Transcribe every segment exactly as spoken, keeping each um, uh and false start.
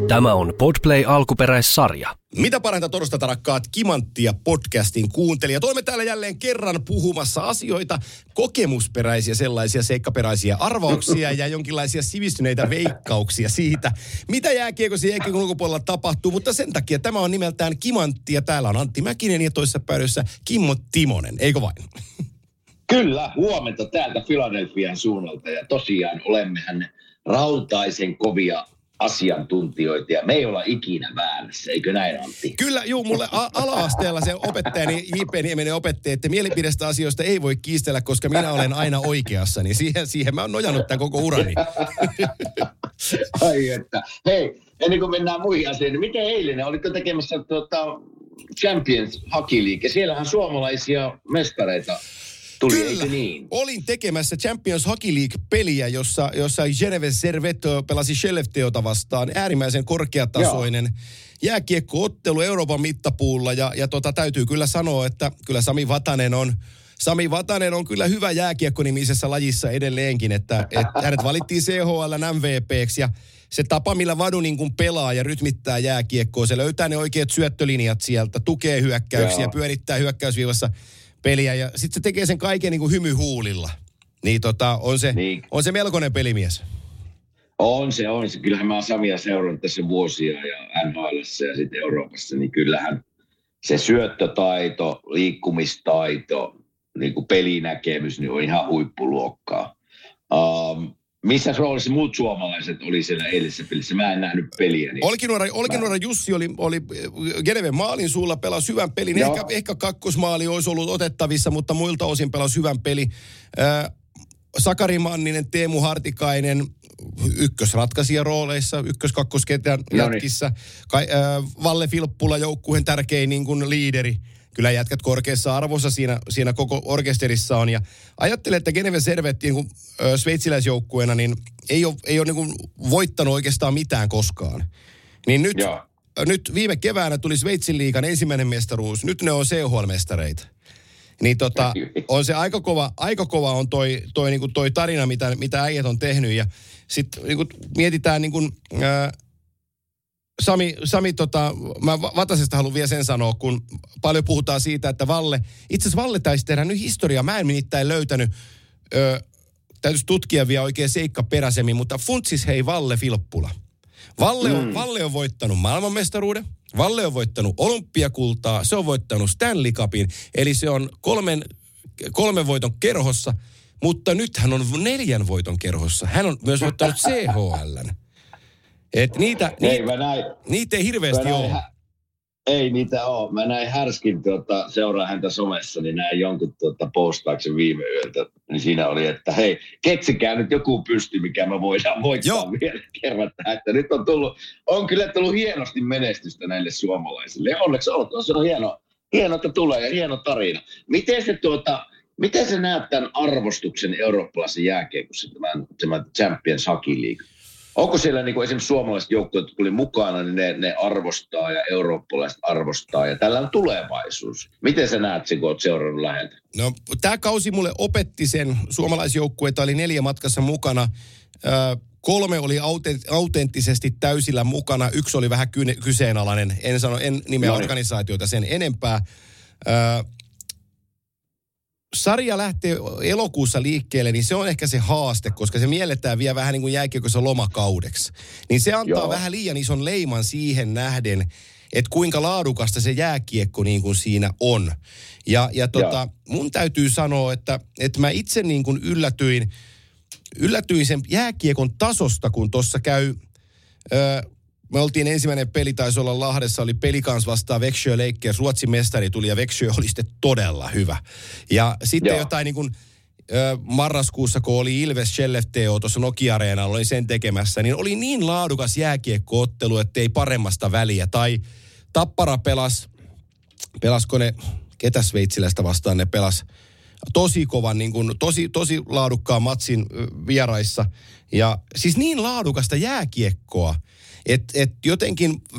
Tämä on Podplay alkuperäissarja. Mitä parhainta torstaita, rakkaat Kimanttia podcastin kuuntelijat. Olemme täällä jälleen kerran puhumassa asioita, kokemusperäisiä sellaisia seikkaperäisiä arvauksia ja jonkinlaisia sivistyneitä veikkauksia siitä, mitä jääkiekossa ja jääkiekon ulkopuolella tapahtuu. Mutta sen takia tämä on nimeltään Kimanttia. Täällä on Antti Mäkinen ja toisessa päädyssä Kimmo Timonen, eikö vain? Kyllä, huomenta täältä Philadelphian suunnalta ja tosiaan olemmehän rautaisen kovia asiantuntijoita ja me ei olla ikinä väärässä, eikö näin, Antti? Kyllä, juu, mulle a- ala-asteella se opettajani J P Nieminen opetti, että mielipidestä asioista ei voi kiistellä, koska minä olen aina oikeassa, niin siihen, siihen mä oon nojannut tämän koko urani. Ai että, hei, ennen kuin mennään muihin asioihin, niin miten eilinen, olitko tekemässä tuota Champions Hockey League, siellähän suomalaisia mestareita tuli, Kyllä, eikö niin? Olin tekemässä Champions Hockey League-peliä, jossa, jossa Geneve Servette pelasi Skellefteåta vastaan. Äärimmäisen korkeatasoinen Joo. jääkiekkoottelu Euroopan mittapuulla. Ja, ja tota, täytyy kyllä sanoa, että kyllä Sami Vatanen on, Sami Vatanen on kyllä hyvä jääkiekko-nimisessä lajissa edelleenkin. Että, että hänet valittiin C H L:n M V P:ksi ja se tapa, millä Vadu niin kuin pelaa ja rytmittää jääkiekkoa, se löytää ne oikeat syöttölinjat sieltä, tukee hyökkäyksiä, Joo. pyörittää hyökkäysviivassa peliä ja sitten se tekee sen kaiken niin kuin hymyhuulilla. Niin tota, on se, niin. on se melkoinen pelimies. On se, on se. Kyllähän mä oon Samia seurannut tässä vuosia ja N H L:ssä ja sitten Euroopassa, niin kyllähän se syöttötaito, liikkumistaito, niin kuin pelinäkemys, niin on ihan huippuluokkaa. Um, missä roolissa muut suomalaiset oli siellä eilisessä pelissä? Mä en nähnyt peliä. Niin Olkinuora, Olkinuora Jussi oli, oli Geneven maalin suulla, pelasi hyvän pelin. Ehkä, ehkä kakkosmaali olisi ollut otettavissa, mutta muilta osin pelasi hyvän peli. Äh, Sakari Manninen, Teemu Hartikainen, ykkösratkaisija rooleissa, ykkös-kakkosketän jätkissä. Ka, äh, Valle Filppula, joukkueen tärkein niin kuin liideri. Kyllä jätkät korkeassa arvossa siinä, siinä koko orkesterissa on. Ja ajattelen, että Geneve Servette niin ö, sveitsiläisjoukkueena niin ei ole, ei ole niin kuin voittanut oikeastaan mitään koskaan. Niin nyt, nyt viime keväänä tuli Sveitsin liigan ensimmäinen mestaruus. Nyt ne on C H L-mestareita. Niin tota, on se aika kova, aika kova on toi, toi, niin kuin toi tarina, mitä, mitä äijät on tehnyt. Ja sitten niin kuin mietitään niin kuin, äh, Sami, Sami tota, mä Vatasesta haluan vielä sen sanoa, kun paljon puhutaan siitä, että Valle, itse asiassa Valle taisi tehdä nyt historiaa, mä en nimittäin löytänyt, ö, täytyisi tutkia vielä oikein seikkaperäisemmin, mutta funtsis hei Valle Filppula. Valle on, mm. Valle on voittanut maailmanmestaruuden, Valle on voittanut olympiakultaa, se on voittanut Stanley Cupin, eli se on kolmen, kolmen voiton kerhossa, mutta nyt hän on neljän voiton kerhossa. Hän on myös voittanut C H L:n. Et niitä, ei, niitä, näin, niitä ei hirveästi ole. Hä- ei niitä ole. Mä näin Härskin, tuota, seuraa häntä somessa, niin näin jonkun tuota, postauksen viime yöltä. Niin siinä oli, että hei, keksikää nyt joku pysty, mikä me voidaan voittaa Joo. vielä kerran. Että nyt on tullut, on kyllä tullut hienosti menestystä näille suomalaisille. Ja onneksi on, se on hieno, hieno, että tulee ja hieno tarina. Miten se tuota... Miten sä näet tämän arvostuksen eurooppalaisen jääkiekossa, tämän, tämän Champions Hockey League? Onko siellä niin kuin esimerkiksi suomalaiset joukkueet, jotka tuli mukana, niin ne, ne arvostaa ja eurooppalaiset arvostaa ja tällä on tulevaisuus. Miten sä näet sen, kun oot seurannut läheltä? No, tämä kausi mulle opetti sen. Suomalaisjoukkueita oli neljä matkassa mukana. Ö, kolme oli autent- autenttisesti täysillä mukana. Yksi oli vähän ky- kyseenalainen. En sano, en nimeä no. organisaatioita sen enempää. Ö, Sarja lähtee elokuussa liikkeelle, niin se on ehkä se haaste, koska se mielletään vielä vähän niin kuin jääkiekossa lomakaudeksi. Niin se antaa Joo. vähän liian ison leiman siihen nähden, että kuinka laadukasta se jääkiekko niin kuin siinä on. Ja, ja tota, mun täytyy sanoa, että, että mä itse niin kuin yllätyin, yllätyin sen jääkiekon tasosta, kun tuossa käy... Öö, Me oltiin ensimmäinen peli, taisi olla Lahdessa, oli Pelikans vastaan Växjö Lakers. Ruotsin mestari tuli ja Växjö oli sitten todella hyvä. Ja sitten Joo. jotain niin kuin ö, marraskuussa, kun oli Ilves Skellefteå tuossa Nokia-areenalla, oli sen tekemässä, niin oli niin laadukas jääkiekkoottelu, että ei paremmasta väliä. Tai Tappara pelas, pelasko ne, ketä sveitsiläistä vastaan ne pelas, tosi kovan, niin kuin, tosi, tosi laadukkaan matsin vieraissa. Ja siis niin laadukasta jääkiekkoa, että et jotenkin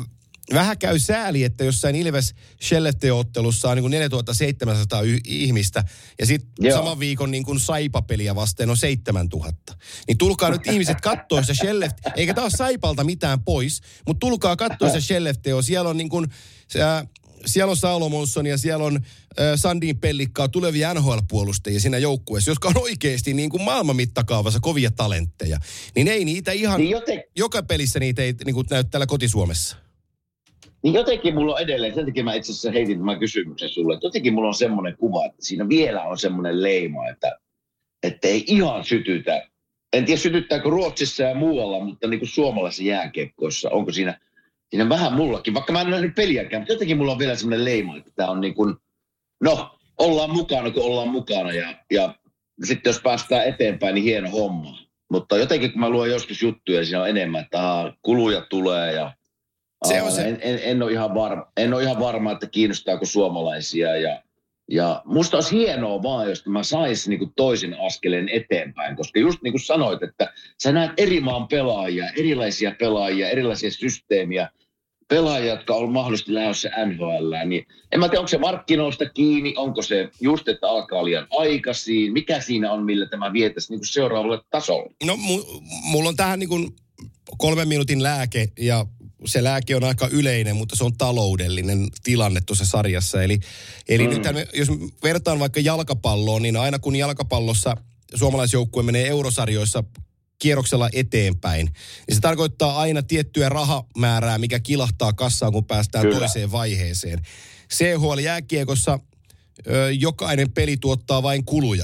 vähän käy sääli, että jossain Ilves Skellefteå-ottelussa on niin kuin neljätuhattaseitsemänsataa y- ihmistä ja sitten saman viikon niin kuin Saipa-peliä vastaan on seitsemäntuhatta. Niin tulkaa nyt ihmiset kattoo se Skellefteå, eikä taas Saipalta mitään pois, mutta tulkaa kattoo se Skellefteå. Siellä on niin kuin, siellä on Salomonsson ja siellä on äh, Sandin Pellikkaa tulevia N H L-puolustajia siinä joukkueessa, jotka on oikeasti niin kuin maailman mittakaavassa kovia talentteja. Niin ei niitä ihan, niin joten... joka pelissä niitä ei niin kuin näy täällä kotisuomessa. Niin jotenkin mulla on edelleen, sen takia mä itse asiassa heitin tämän kysymyksen sulle, että jotenkin mulla on semmoinen kuva, että siinä vielä on semmoinen leima, että, että ei ihan sytytä. En tiedä sytyttääkö Ruotsissa ja muualla, mutta niin kuin suomalaisissa jääkiekkoissa, onko siinä, siinä vähän mullakin, vaikka mä en nähnyt peliäkään, mutta jotenkin mulla on vielä semmoinen leima, että tämä on niin kuin, no, ollaan mukana, kun ollaan mukana ja, ja sitten jos päästään eteenpäin, niin hieno homma. Mutta jotenkin kun mä luon joskus juttuja, siinä on enemmän, että aha, kuluja tulee ja Se on se. En, en, en, ole ihan varma, en ole ihan varma, että kiinnostaako suomalaisia. Ja, ja musta olisi hienoa vaan, jos mä saisin niin kuin toisen askeleen eteenpäin. Koska just niin kuin sanoit, että sä näet eri maan pelaajia, erilaisia pelaajia, erilaisia systeemiä, pelaajia, jotka on mahdollisesti lähdössä N H L. Niin en mä tiedä, onko se markkinoista kiinni, onko se just, että alkaa liian aikaisin. Mikä siinä on, millä tämä vietäisi niin kuin seuraavalle tasolle? No mu- mulla on tähän niin kuin kolmen minuutin lääke ja se lääke on aika yleinen, mutta se on taloudellinen tilanne tuossa sarjassa. Eli, eli mm. nyt jos vertaan vaikka jalkapalloon, niin aina kun jalkapallossa suomalaisjoukkue menee eurosarjoissa kierroksella eteenpäin, niin se tarkoittaa aina tiettyä rahamäärää, mikä kilahtaa kassaan, kun päästään Kyllä. toiseen vaiheeseen. C H L-jääkiekossa ö, jokainen peli tuottaa vain kuluja.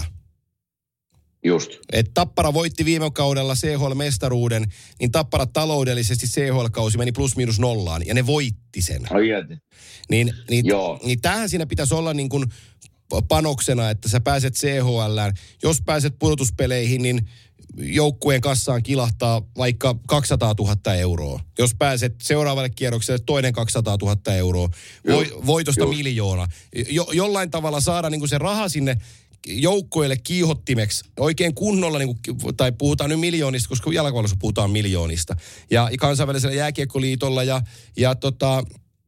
Just. Et Tappara voitti viime kaudella C H L-mestaruuden, niin Tappara taloudellisesti C H L-kausi meni plus miinus nollaan, ja ne voitti sen. Ai niin, niin, niin tämähän siinä pitäisi olla niin kuin panoksena, että sä pääset C H L:ään. Jos pääset pudotuspeleihin, niin joukkueen kassaan kilahtaa vaikka kaksisataatuhatta euroa. Jos pääset seuraavalle kierrokselle, toinen kaksisataatuhatta euroa. Voi, voitosta miljoona. Jo, jollain tavalla saada niin kuin se raha sinne joukkueille kiihottimeksi oikein kunnolla, niin kuin, tai puhutaan nyt miljoonista, koska jalkapallossa puhutaan miljoonista. Ja kansainvälisellä jääkiekkoliitolla ja, ja tota,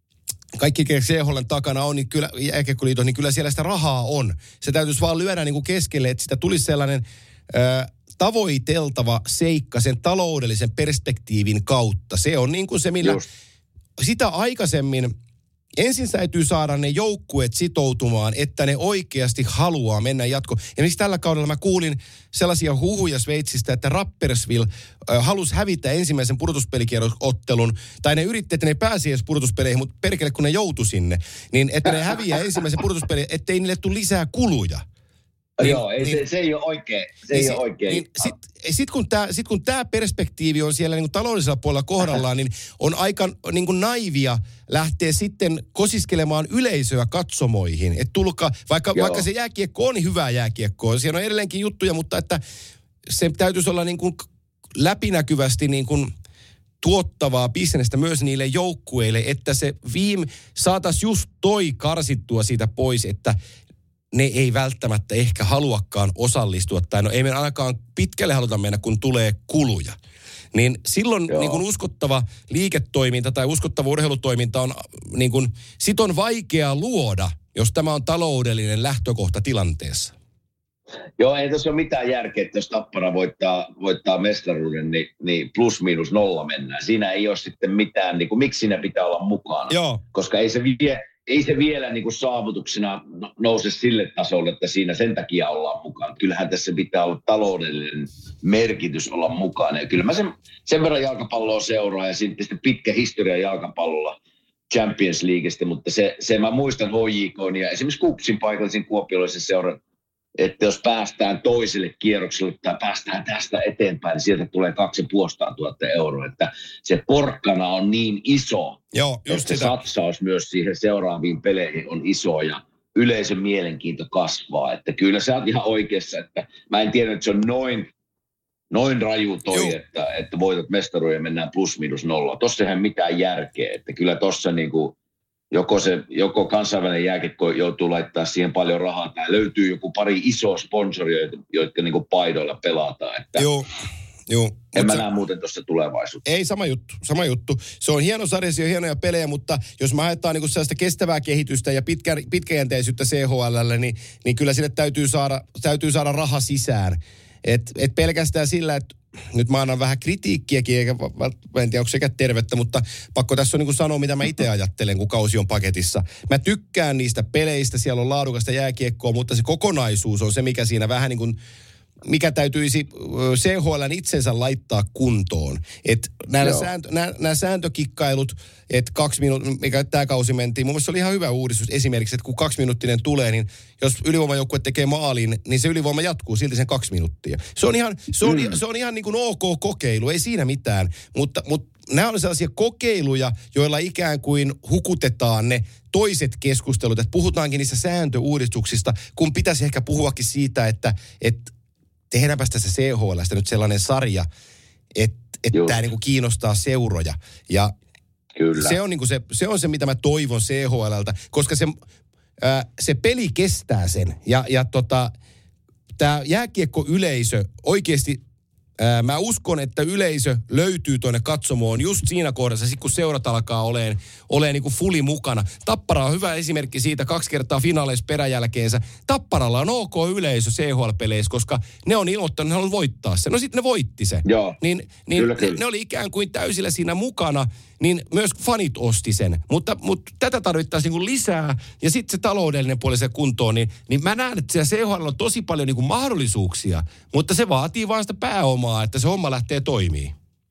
kaikki C H L:n takana on, niin kyllä jääkiekkoliiton, niin kyllä siellä sitä rahaa on. Se täytyisi vaan lyödä niin kuin keskelle, että sitä tulisi sellainen ö, tavoiteltava seikka sen taloudellisen perspektiivin kautta. Se on niin kuin se, millä Just. sitä aikaisemmin ensin täytyy saada ne joukkueet sitoutumaan, että ne oikeasti haluaa mennä jatkoon. Ja miksi tällä kaudella mä kuulin sellaisia huhuja Sveitsistä, että Rapperswil äh, halusi hävittää ensimmäisen pudotuspelikierrosottelun, tai ne yritti, että ne pääsi edes pudotuspeleihin, mutta perkele kun ne joutui sinne, niin että ne häviää ensimmäisen pudotuspelin, ettei niille tule lisää kuluja. Niin, Joo, ei, niin, se, se ei ole oikein. Se niin, ei ole oikein. Niin, Sitten sit kun tämä sit kun tää perspektiivi on siellä niin taloudellisella puolella kohdallaan, niin on aika niin kuin naivia lähteä sitten kosiskelemaan yleisöä katsomoihin. Et tulkaa, vaikka, vaikka se jääkiekko on hyvää jääkiekkoa, siellä on edelleenkin juttuja, mutta että se täytyisi olla niin kuin läpinäkyvästi niin kuin tuottavaa bisnestä myös niille joukkueille, että se viime saataisiin just toi karsittua siitä pois, että ne ei välttämättä ehkä haluakaan osallistua, tai no ei me ainakaan pitkälle haluta mennä, kun tulee kuluja. Niin silloin niin kun uskottava liiketoiminta tai uskottava urheilutoiminta on, niin kun, sit on vaikea luoda, jos tämä on taloudellinen lähtökohta tilanteessa. Joo, ei tässä ole mitään järkeä, että jos Tappara voittaa, voittaa mestaruuden, niin, niin plus miinus nolla mennään. Siinä ei ole sitten mitään, niin kuin, miksi siinä pitää olla mukana. Joo. Koska ei se vie... Ei se vielä niin kuin saavutuksena nouse sille tasolle, että siinä sen takia ollaan mukana. Kyllähän tässä pitää olla taloudellinen merkitys olla mukana. Ja kyllä mä sen, sen verran jalkapalloa seuraa ja sitten pitkä historia jalkapallolla Champions Leagueista, mutta se, se mä muistan H J K:n ja esimerkiksi Kupsin paikallisen kuopiolaisen seuran, että jos päästään toiselle kierrokselle tai päästään tästä eteenpäin, niin sieltä tulee kaksi ja puolesta tuhatta euroa. Että se porkkana on niin iso, Joo, just että se satsaus myös siihen seuraaviin peleihin on iso ja yleisön mielenkiinto kasvaa. Että kyllä sä oot ihan oikeassa, että mä en tiedä, että se on noin, noin raju toi, että, että voitat mestaruuden ja mennään plus minus nolla. Tossa eihän mitään järkeä, että kyllä tossa niinku Joko, se, joko kansainvälinen jääkiekko joutuu laittaa siihen paljon rahaa, tai löytyy joku pari isoa sponsoria, jotka niin kuin paidoilla pelataan. Että Joo. Joo. En mä näe muuten tuossa tulevaisuutta. Ei, sama juttu, sama juttu. Se on hieno sarja, se on hienoja pelejä, mutta jos me haetaan niin sellaista kestävää kehitystä ja pitkä, pitkäjänteisyyttä C H L:lle, niin, niin kyllä sinne täytyy saada, täytyy saada raha sisään. Et, et pelkästään sillä, että nyt mä annan vähän kritiikkiäkin, eikä mä en tiedä, onko sekä tervettä, mutta pakko tässä on niin kuin sanoa, mitä mä itse ajattelen, kun kausi on paketissa. Mä tykkään niistä peleistä, siellä on laadukasta jääkiekkoa, mutta se kokonaisuus on se, mikä siinä vähän niin kuin mikä täytyisi C H L:n itsensä laittaa kuntoon. Että nämä sääntökikkailut, että kaksi minuuttia, mikä tämä kausi mentiin, mun mielestä se oli ihan hyvä uudistus esimerkiksi, että kun kaksiminuuttinen tulee, niin jos ylivoimajoukkue tekee maalin, niin se ylivoima jatkuu silti sen kaksi minuuttia. Se on ihan, se on, mm. se on ihan niin kuin ok kokeilu, ei siinä mitään, mutta, mutta nämä on sellaisia kokeiluja, joilla ikään kuin hukutetaan ne toiset keskustelut, että puhutaankin niistä sääntöuudistuksista, kun pitäisi ehkä puhuakin siitä, että, että tehdäänpä tästä C H L:stä nyt sellainen sarja, että et tämä niinku kiinnostaa seuroja. Ja Kyllä. Se, on niinku se, se on se, mitä mä toivon C H L:ltä, koska se, ää, se peli kestää sen. Ja, ja tota, tämä jääkiekko-yleisö oikeasti, ää, mä uskon, että yleisö löytyy tuonne katsomoon just siinä kohdassa, sit kun seurat alkaa olemaan, olemaan niinku fulli mukana. Tappara on hyvä esimerkki siitä kaksi kertaa finaaleissa peräjälkeensä. Tapparalla on ok yleisö C H L-peleissä, koska ne on ilmoittanut, ne haluaa voittaa sen. No sitten ne voitti sen. Joo. Niin, niin kyllä, ne, kyllä. ne oli ikään kuin täysillä siinä mukana, niin myös fanit osti sen. Mutta, mutta tätä tarvittaisiin niin kuin lisää, ja sitten se taloudellinen puoli se kuntoon, niin, niin mä näen, että siellä C H L on tosi paljon niin kuin mahdollisuuksia, mutta se vaatii vaan sitä pääomaa, että se homma lähtee toimimaan.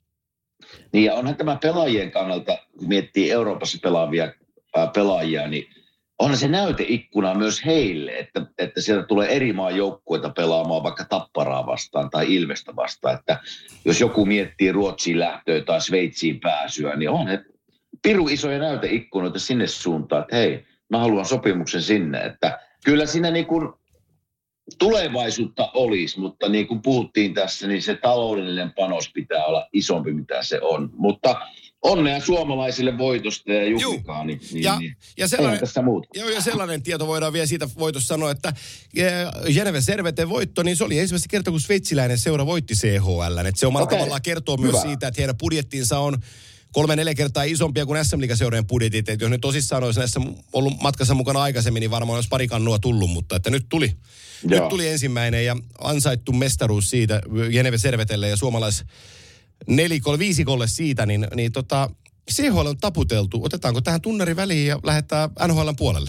Niin ja onhan tämä pelaajien kannalta, kun miettii Euroopassa pelaavia ää, pelaajia, niin onhan se näyteikkuna myös heille, että, että sieltä tulee eri maan joukkueita pelaamaan vaikka Tapparaa vastaan tai Ilvestä vastaan. Että jos joku miettii Ruotsiin lähtöä tai Sveitsiin pääsyä, niin on he piru isoja näyteikkunoita sinne suuntaan, että hei, mä haluan sopimuksen sinne. Että kyllä siinä niin kuin tulevaisuutta olisi, mutta niin kuin puhuttiin tässä, niin se taloudellinen panos pitää olla isompi, mitä se on. Mutta onnea suomalaisille voitosta ja juhlikaa, niin, niin, ja, niin ja sellainen, tässä muuta. Joo, ja sellainen tieto voidaan vielä siitä voitosta sanoa, että Geneve Serveten voitto, niin se oli ensimmäistä kertaa, kun sveitsiläinen seura voitti C H L. Että se omalla okay. tavallaan kertoo Hyvä. Myös siitä, että heidän budjettinsa on kolme, neljä kertaa isompia kuin S M-liigaseurojen budjetit. Että jos nyt tosissaan olisi näissä ollut matkassa mukana aikaisemmin, niin varmaan olisi pari kannua tullut, mutta että nyt tuli, nyt tuli ensimmäinen ja ansaittu mestaruus siitä Geneve Servetelle ja suomalais nelikolle, viisikolle siitä, niin, niin tota, C H L on taputeltu. Otetaanko tähän tunnari väliin ja lähdetään N H L:n puolelle?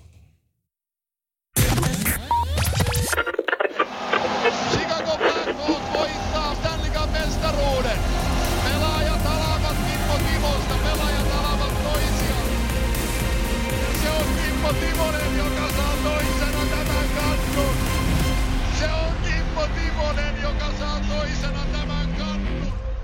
Chicago Blackhawks voittaa Stanley Cup -mestaruuden. Pelaajat alavat Kimmo Timosta, pelaajat alavat toisiaan. Se on Kimmo Timonen, joka saa toisena tämän kannun. Se on Kimmo Timonen, joka saa toisena tämän kannun.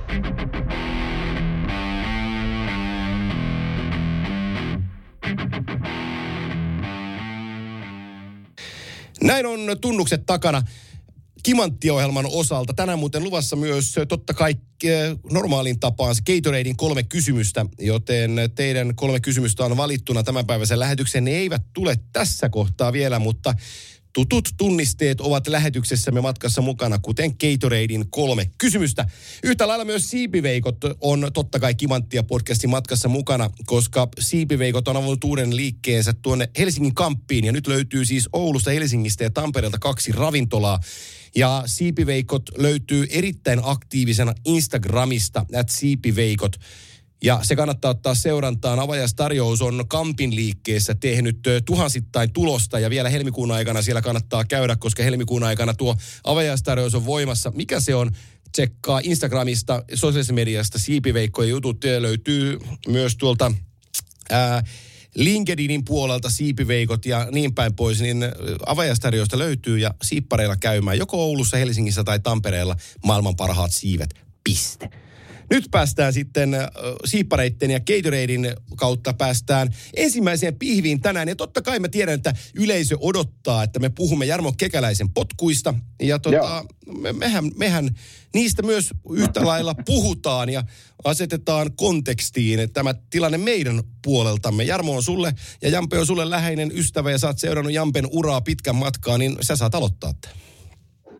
Näin on tunnukset takana Kimanttia-ohjelman osalta. Tänään muuten luvassa myös totta kai normaalin tapaan se Gatoraden kolme kysymystä, joten teidän kolme kysymystä on valittuna tämänpäiväisen lähetyksen. Ne eivät tule tässä kohtaa vielä, mutta tutut tunnisteet ovat lähetyksessämme matkassa mukana, kuten Gatoraden kolme kysymystä. Yhtä lailla myös Siipiveikot on totta kai Kimanttia-podcastin matkassa mukana, koska Siipiveikot on avannut uuden liikkeensä tuonne Helsingin Kamppiin. Ja nyt löytyy siis Oulusta, Helsingistä ja Tampereelta kaksi ravintolaa. Ja Siipiveikot löytyy erittäin aktiivisena Instagramista, at Siipiveikot. Ja se kannattaa ottaa seurantaan. Avajaistarjous on Kampin liikkeessä tehnyt tuhansittain tulosta ja vielä helmikuun aikana siellä kannattaa käydä, koska helmikuun aikana tuo avajaistarjous on voimassa. Mikä se on? Tsekkaa Instagramista, sosiaalisesta mediasta, Siipiveikkojen jutut löytyy myös tuolta ää, LinkedInin puolelta Siipiveikot ja niin päin pois, niin avajaistarjousta löytyy ja siippareilla käymään joko Oulussa, Helsingissä tai Tampereella maailman parhaat siivet. Piste. Nyt päästään sitten äh, siippareitten ja Gatoraden kautta päästään ensimmäiseen pihviin tänään. Ja totta kai mä tiedän, että yleisö odottaa, että me puhumme Jarmo Kekäläisen potkuista. Ja tota, me, mehän, mehän niistä myös yhtä lailla puhutaan ja asetetaan kontekstiin tämä tilanne meidän puoleltamme. Jarmo on sulle ja Jampe on sulle läheinen ystävä ja sä oot seurannut Jampen uraa pitkän matkaa, niin sä saat aloittaa tämän.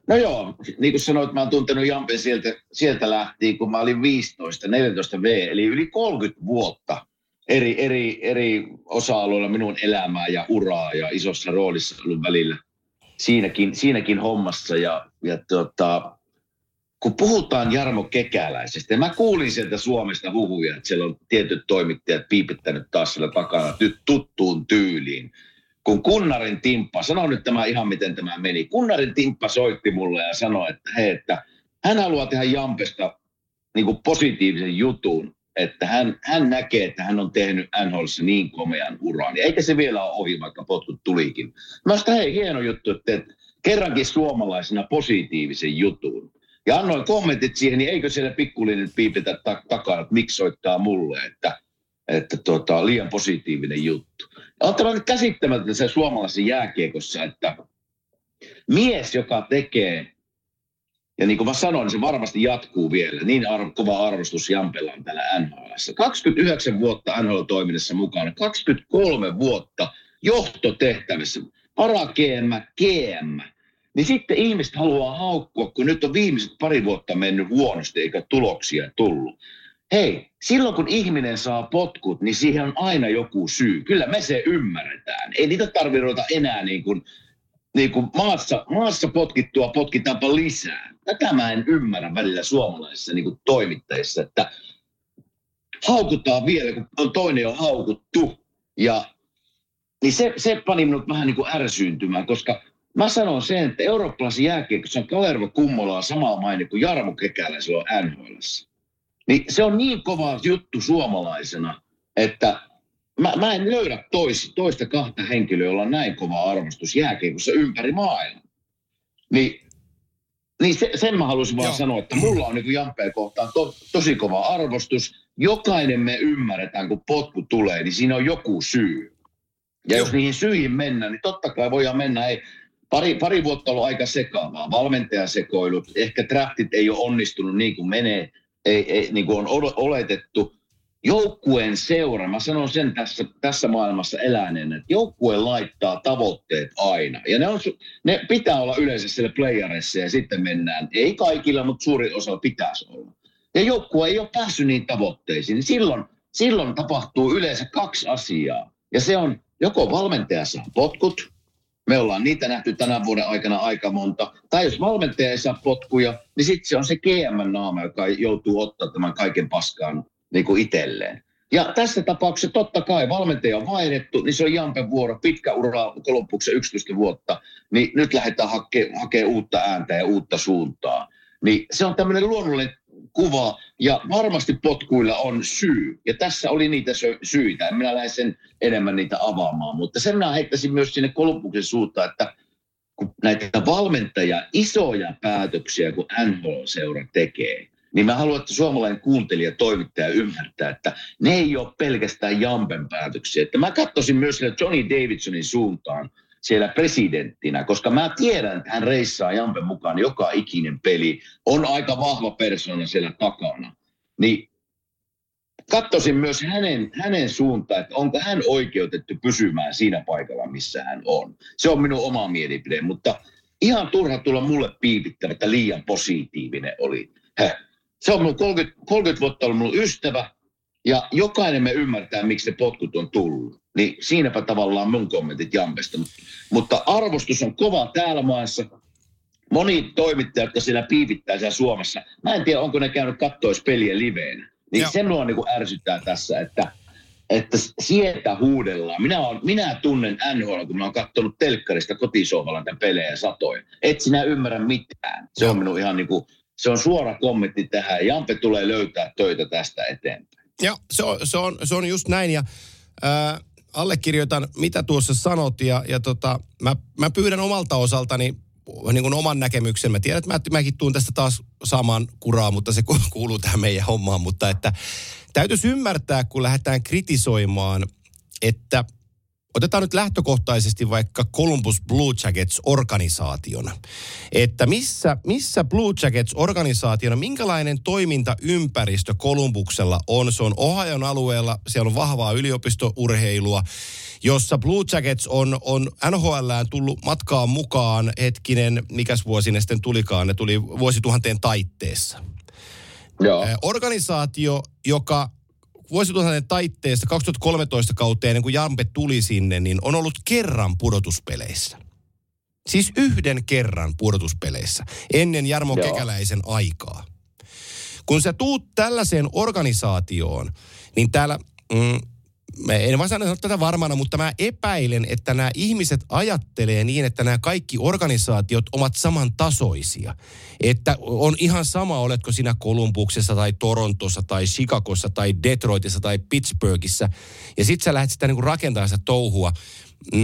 No joo, niin kuin sanoit, mä oon tuntenut Jampen sieltä, sieltä lähtien, kun mä olin viisitoista, neljätoista V, eli yli kolmekymmentä vuotta eri, eri, eri osa-alueilla minun elämää ja uraa ja isossa roolissa ollut välillä siinäkin, siinäkin hommassa. Ja, ja tuota, kun puhutaan Jarmo Kekäläisestä, ja mä kuulin sieltä Suomesta huhuja, että siellä on tietyt toimittajat piipittänyt taas siellä takana tuttuun tyyliin. Kun Kunnarin Timppa, sano nyt tämä ihan miten tämä meni, Kunnarin Timppa soitti mulle ja sanoi, että hei, että hän haluaa tehdä Jampesta niin kuin positiivisen jutun, että hän, hän näkee, että hän on tehnyt N H L:ssä niin komean uran. Ja eikä se vielä ole ohi, vaikka potkut tulikin. Mä sanoin, hei, hieno juttu, että teet kerrankin suomalaisena positiivisen jutun. Ja annoin kommentit siihen, niin eikö siellä pikkuliin piipitä ta- takana, että miksi soittaa mulle, että että tuota, liian positiivinen juttu. Ja on tämä nyt käsittämätöntä se suomalaisen jääkiekossa, että mies, joka tekee, ja niin kuin mä sanoin, niin se varmasti jatkuu vielä, niin arvo, kova arvostus Jampella on täällä N H L:ssä. kaksikymmentäyhdeksän vuotta N H L-toiminnassa mukana, kaksikymmentäkolme vuotta johtotehtävissä, para G M, G M. Niin sitten ihmiset haluaa haukkua, kun nyt on viimeiset pari vuotta mennyt huonosti eikä tuloksia tullut. Hei, silloin kun ihminen saa potkut, niin siihen on aina joku syy. Kyllä me se ymmärretään. Ei niitä tarvitse ruveta enää niin kuin, niin kuin maassa, maassa potkittua potkitaanpa lisää. Tätä mä en ymmärrä välillä suomalaisissa niin kuin toimittajissa, että haukutaan vielä, kun on toinen jo haukuttu. Ja, niin se, se pani minut vähän niin kuin ärsyyntymään, koska mä sanon sen, että eurooppalaisen jääkiekossa on Kalervo Kummola samaa maini kuin Jarmo Kekälä silloin N H L:ssä. Niin se on niin kova juttu suomalaisena, että mä, mä en löydä tois, toista kahta henkilöä, jolla on näin kova arvostus jääkiekossa ympäri maailmaa. Niin, niin se, sen mä halusin vaan Joo. sanoa, että mulla on niin Jampea kohtaan to, tosi kova arvostus. Jokainen me ymmärretään, kun potku tulee, niin siinä on joku syy. Ja Joo. jos niihin syihin mennään, niin totta kai voidaan mennä. Ei, pari, pari vuotta on ollut aika sekaavaa. Valmentajasekoilut, ehkä draftit ei ole onnistunut niin kuin menee. Ei, ei, niin kuin on oletettu, joukkueen seura, mä sanon sen tässä, tässä maailmassa eläneen, että joukkue laittaa tavoitteet aina. Ja ne, on, ne pitää olla yleensä siellä playerissa ja sitten mennään, ei kaikilla, mutta suurin osa pitäisi olla. Ja joukkue ei ole päässyt niihin tavoitteisiin, niin silloin, silloin tapahtuu yleensä kaksi asiaa. Ja se on joko valmentaja saa potkut, me ollaan niitä nähty tänä vuoden aikana aika monta. Tai jos valmentaja ei saa potkuja, niin sitten se on se G M-naama, joka joutuu ottaa tämän kaiken paskaan niin kuin itselleen. Ja tässä tapauksessa totta kai valmentaja on vaihdettu, niin se on Jampen vuoro, pitkä ura Kolumbuksen yksitoista vuotta. Niin nyt lähdetään hake, hakemaan uutta ääntä ja uutta suuntaa. Niin se on tämmöinen luonnollinen kuva ja varmasti potkuilla on syy. Ja tässä oli niitä syitä. En minä lähde sen enemmän niitä avaamaan. Mutta sen minä heittäisin myös sinne Kolumbuksen suuntaan, että kun näitä valmentajia isoja päätöksiä, kun N H L-seura tekee, niin mä haluan, että suomalainen kuuntelija, toimittaja ymmärtää, että ne ei ole pelkästään Jampen päätöksiä. Että mä katsoisin myös siellä Johnny Davidsonin suuntaan siellä presidenttinä, koska mä tiedän, että hän reissaa Jampen mukaan joka ikinen peli, on aika vahva persona siellä takana. Niin katsoisin myös hänen, hänen suuntaan, että onko hän oikeutettu pysymään siinä paikalla, missä hän on. Se on minun oma mielipide, mutta ihan turha tulla mulle piipittämään, että liian positiivinen oli. Heh. Se on minun kolmekymmentä, kolmekymmentä vuotta ollut minun ystävä, ja jokainen me ymmärtää, miksi se potkut on tullut. Niin siinäpä tavallaan mun kommentit Jampesta. Mutta arvostus on kova täällä maassa. Moni toimittaja, jotka siellä piipittää siellä Suomessa, mä en tiedä, onko ne käynyt kattois peliä liveenä. Niin Joo. se minua niin kuin ärsyttää tässä, että, että sieltä huudellaan. Minä, on, minä tunnen N H L, kun mä oon katsonut telkkarista kotisohvallan tämän pelejä satoin. Et sinä ymmärrä mitään. Se on minun ihan niin kuin, se on suora kommentti tähän. Jampe tulee löytää töitä tästä eteenpäin. Joo, se on, se on, se on just näin ja äh, allekirjoitan, mitä tuossa sanot ja, ja tota, mä, mä pyydän omalta osaltani niin kuin oman näkemyksen. Mä tiedän, että mä, mäkin tuun tästä taas saamaan kuraa, mutta se kuuluu tähän meidän hommaan. Mutta että täytyisi ymmärtää, kun lähdetään kritisoimaan, että otetaan nyt lähtökohtaisesti vaikka Columbus Blue Jackets-organisaationa. Että missä, missä Blue Jackets-organisaationa, minkälainen toimintaympäristö Columbuksella on? Se on Ohion alueella, siellä on vahvaa yliopistourheilua jossa Blue Jackets on, on N H L:ään tullut matkaan mukaan, hetkinen, mikäs vuosi ne sitten tulikaan, ne tuli vuosituhanteen taitteessa. Joo. Organisaatio, joka vuosituhanteen taitteessa kaksituhattakolmetoista kauteen, ennen kuin Jampe tuli sinne, niin on ollut kerran pudotuspeleissä. Siis yhden kerran pudotuspeleissä ennen Jarmo Joo. Kekäläisen aikaa. Kun sä tuut tällaiseen organisaatioon, niin täällä, mm, mä en vaan sano tätä varmana, mutta mä epäilen, että nämä ihmiset ajattelee niin, että nämä kaikki organisaatiot ovat samantasoisia. Että on ihan sama, oletko sinä Columbuksessa tai Torontossa tai Chicagossa tai Detroitissa tai Pittsburghissa. Ja sit sä lähdet sitä niin kuin rakentamaan sitä touhua. Mm.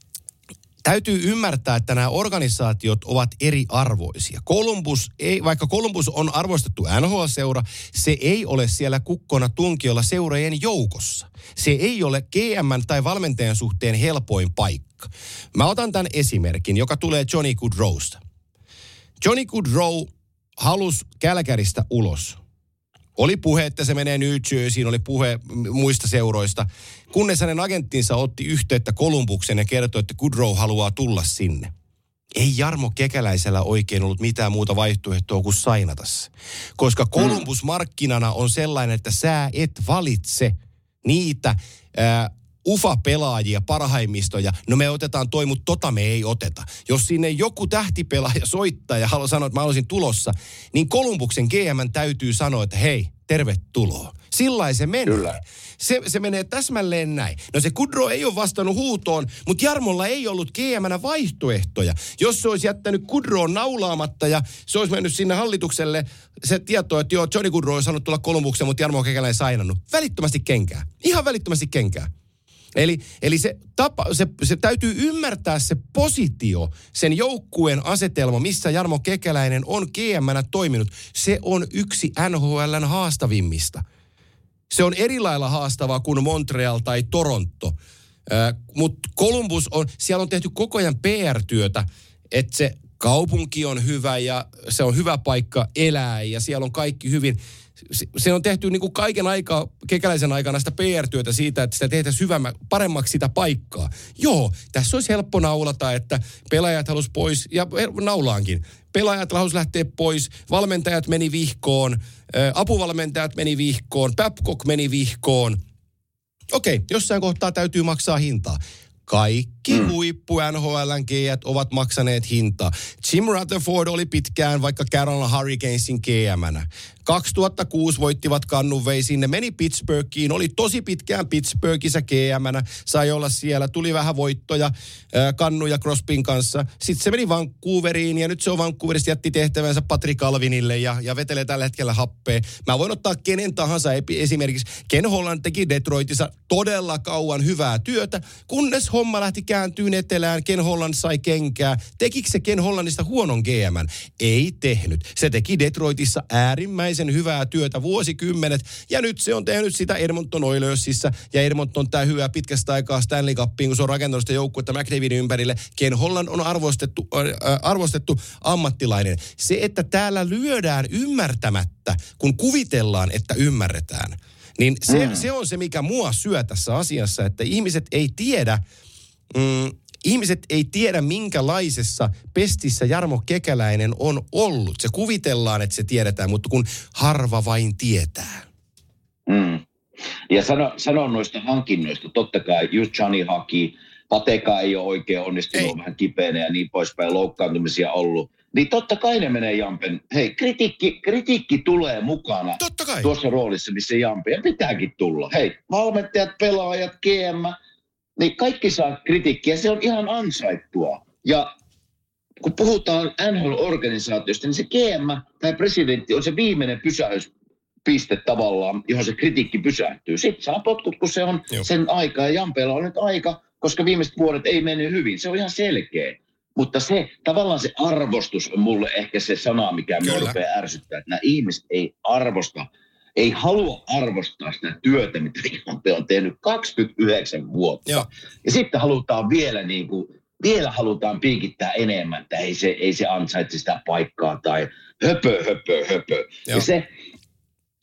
Täytyy ymmärtää, että nämä organisaatiot ovat eriarvoisia. Columbus ei, vaikka Columbus on arvostettu N H L-seura, se ei ole siellä kukkona tunkiolla seurojen joukossa. Se ei ole G M tai valmentajan suhteen helpoin paikka. Mä otan tämän esimerkin, joka tulee Johnny Gaudreausta. Johnny Gaudreau halusi Calgarystä ulos. Oli puhe, että se menee New Jerseyin, oli puhe muista seuroista, kunnes hänen agenttinsa otti yhteyttä Columbuksen ja kertoi, että Gaudreau haluaa tulla sinne. Ei Jarmo Kekäläisellä oikein ollut mitään muuta vaihtoehtoa kuin sainata se. Koska Columbus markkinana on sellainen, että sä et valitse niitä ää, ufa-pelaajia, parhaimmistoja. No me otetaan toi, mutta tota me ei oteta. Jos sinne joku tähtipelaaja soittaa ja haluaa sanoa, että mä olisin tulossa, niin Columbuksen G M täytyy sanoa, että hei, tervetuloa. Sillain se menee. Kyllä. Se, se menee täsmälleen näin. No se Gaudreau ei ole vastannut huutoon, mutta Jarmolla ei ollut G M:nä vaihtoehtoja. Jos se olisi jättänyt Gaudreaun naulaamatta ja se olisi mennyt sinne hallitukselle se tieto, että joo, Johnny Gaudreau on saanut tulla Columbukseen, mutta Jarmo Kekäläinen sainannut. Välittömästi kenkää. Ihan välittömästi kenkää. Eli, eli se, tapa, se, se täytyy ymmärtää se positio, sen joukkueen asetelma, missä Jarmo Kekäläinen on G M:nä toiminut. Se on yksi N H L:n haastavimmista. Se on eri lailla haastavaa kuin Montreal tai Toronto. Äh, mutta Columbus on, siellä on tehty koko ajan P R-työtä, että se kaupunki on hyvä ja se on hyvä paikka elää ja siellä on kaikki hyvin. Se on tehty niin kuin kaiken aikaa, Kekäläisen aikana sitä P R-työtä siitä, että sitä tehtäisiin hyvämmä, paremmaksi sitä paikkaa. Joo, tässä olisi helppo naulata, että pelaajat halusi pois, ja naulaankin. Pelaajat halusi lähteä pois, valmentajat meni vihkoon, apuvalmentajat meni vihkoon, Babcock meni vihkoon. Okei, jossain kohtaa täytyy maksaa hintaa. Kaikki mm. huippu N H L:n G:t ovat maksaneet hintaa. Jim Rutherford oli pitkään vaikka Carolina Hurricanesin G M:nä. kaksituhattakuusi voittivat kannunvei sinne, meni Pittsburghiin, oli tosi pitkään Pittsburghissa G M:nä, sai olla siellä, tuli vähän voittoja äh, Kannu ja Crosbyn kanssa. Sitten se meni Vancouveriin ja nyt se on Vancouverista jätti tehtävänsä Patrick Alvinille ja, ja vetelee tällä hetkellä happea. Mä voin ottaa kenen tahansa esimerkiksi. Ken Holland teki Detroitissa todella kauan hyvää työtä, kunnes homma lähti kääntyyn etelään, Ken Holland sai kenkää. Tekikö se Ken Hollandista huonon G M:n? Ei tehnyt. Se teki Detroitissa äärimmäisen hyvää työtä vuosikymmenet, ja nyt se on tehnyt sitä Edmonton Oilersissa, ja Edmonton tää hyvää pitkästä aikaa Stanley Cupiin, kun se on rakentanut sitä joukkuetta McDavidin ympärille. Ken Holland on arvostettu, äh, arvostettu ammattilainen. Se, että täällä lyödään ymmärtämättä, kun kuvitellaan, että ymmärretään, niin se, mm. se on se, mikä mua syö tässä asiassa, että ihmiset ei tiedä, mm, ihmiset ei tiedä, minkälaisessa pestissä Jarmo Kekäläinen on ollut. Se kuvitellaan, että se tiedetään, mutta kun harva vain tietää. Mm. Ja sano, sano noista hankinnoista, totta kai just Johnny haki, Pateka ei ole oikein onnistunut, ei. Vähän kipeänä ja niin poispäin, loukkaantumisia ollut. Niin totta kai ne menee Jampen. Hei, kritiikki, kritiikki tulee mukana tuossa roolissa, missä Jampe. Ja pitääkin tulla. Hei, valmentajat, pelaajat, G M, niin kaikki saa kritiikkiä. Se on ihan ansaittua. Ja kun puhutaan N H L-organisaatiosta, niin se G M tai presidentti on se viimeinen pysähyspiste tavallaan, johon se kritiikki pysähtyy. Sitten saa potkut, kun se on Joo. sen aika. Ja Jampeella on nyt aika, koska viimeiset vuodet ei mennyt hyvin. Se on ihan selkeä. Mutta se, tavallaan se arvostus on mulle ehkä se sana, mikä me rupeaa ärsyttää. Että nämä ihmiset ei arvosta, ei halua arvostaa sitä työtä, mitä Jampe on tehnyt kaksikymmentäyhdeksän vuotta. Joo. Ja sitten halutaan vielä niin kuin, vielä halutaan piikittää enemmän, että ei se, ei se ansaitse sitä paikkaa tai höpö, höpö, höpö. Joo. Ja se,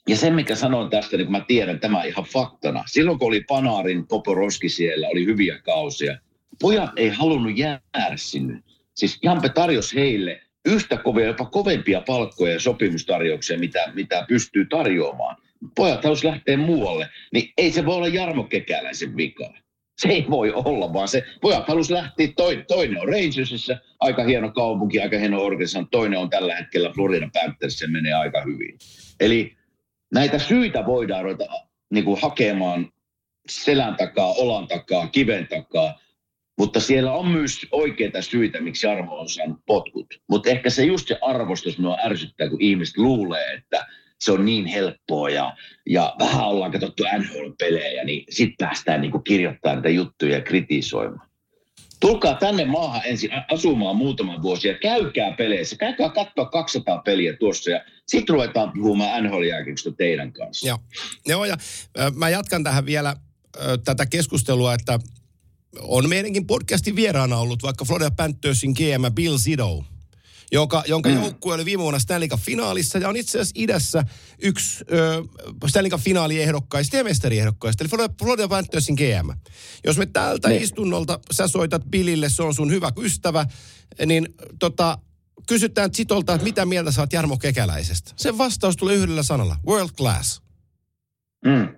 Ja sen, mikä sanon tästä, niin kun mä tiedän tämä ihan faktana. Silloin, kun oli Panarin, Poporoski siellä, oli hyviä kausia. Pojat ei halunnut jäädä sinne. Siis Jampe tarjosi heille yhtä kovia, jopa kovempia palkkoja ja sopimustarjouksia, mitä, mitä pystyy tarjoamaan. Pojat halusi lähteä muualle, niin ei se voi olla Jarmo Kekäläisen vika. Se ei voi olla, vaan se pojat halusi lähteä, toi, toinen on Rangersissa, aika hieno kaupunki, aika hieno organisaatio, toinen on tällä hetkellä Florida Panthers, se menee aika hyvin. Eli näitä syitä voidaan ruveta niin kuin hakemaan selän takaa, olan takaa, kiven takaa, mutta siellä on myös oikeita syitä, miksi Jarmo on saanut potkut. Mutta ehkä se just se arvostus minua ärsyttää, kun ihmiset luulee, että se on niin helppoa ja, ja vähän ollaan katsottu N H L-pelejä, niin sitten päästään niin kuin kirjoittamaan näitä juttuja ja kritisoimaan. Tulkaa tänne maahan ensin asumaan muutaman vuosi ja käykää peleissä. Käykää katsoa kaksisataa peliä tuossa ja sitten ruvetaan puhumaan N H L-jääkiekosta teidän kanssa. Joo, Joo ja äh, mä jatkan tähän vielä äh, tätä keskustelua, että on meidänkin podcastin vieraana ollut vaikka Florida Panthersin G M Bill Zito, joka, jonka mm. joukkue oli viime vuonna Stanley Cup-finaalissa ja on itse asiassa idässä yksi ö, Stanley Cup-finaaliehdokkaista ja mestariehdokkaista, eli Florida, Florida Panthersin G M. Jos me täältä ne. istunnolta sä soitat Billille, se on sun hyvä ystävä, niin tota, kysytään Zitolta, että mitä mieltä sä oot Jarmo Kekäläisestä. Sen vastaus tulee yhdellä sanalla, world class. Mm.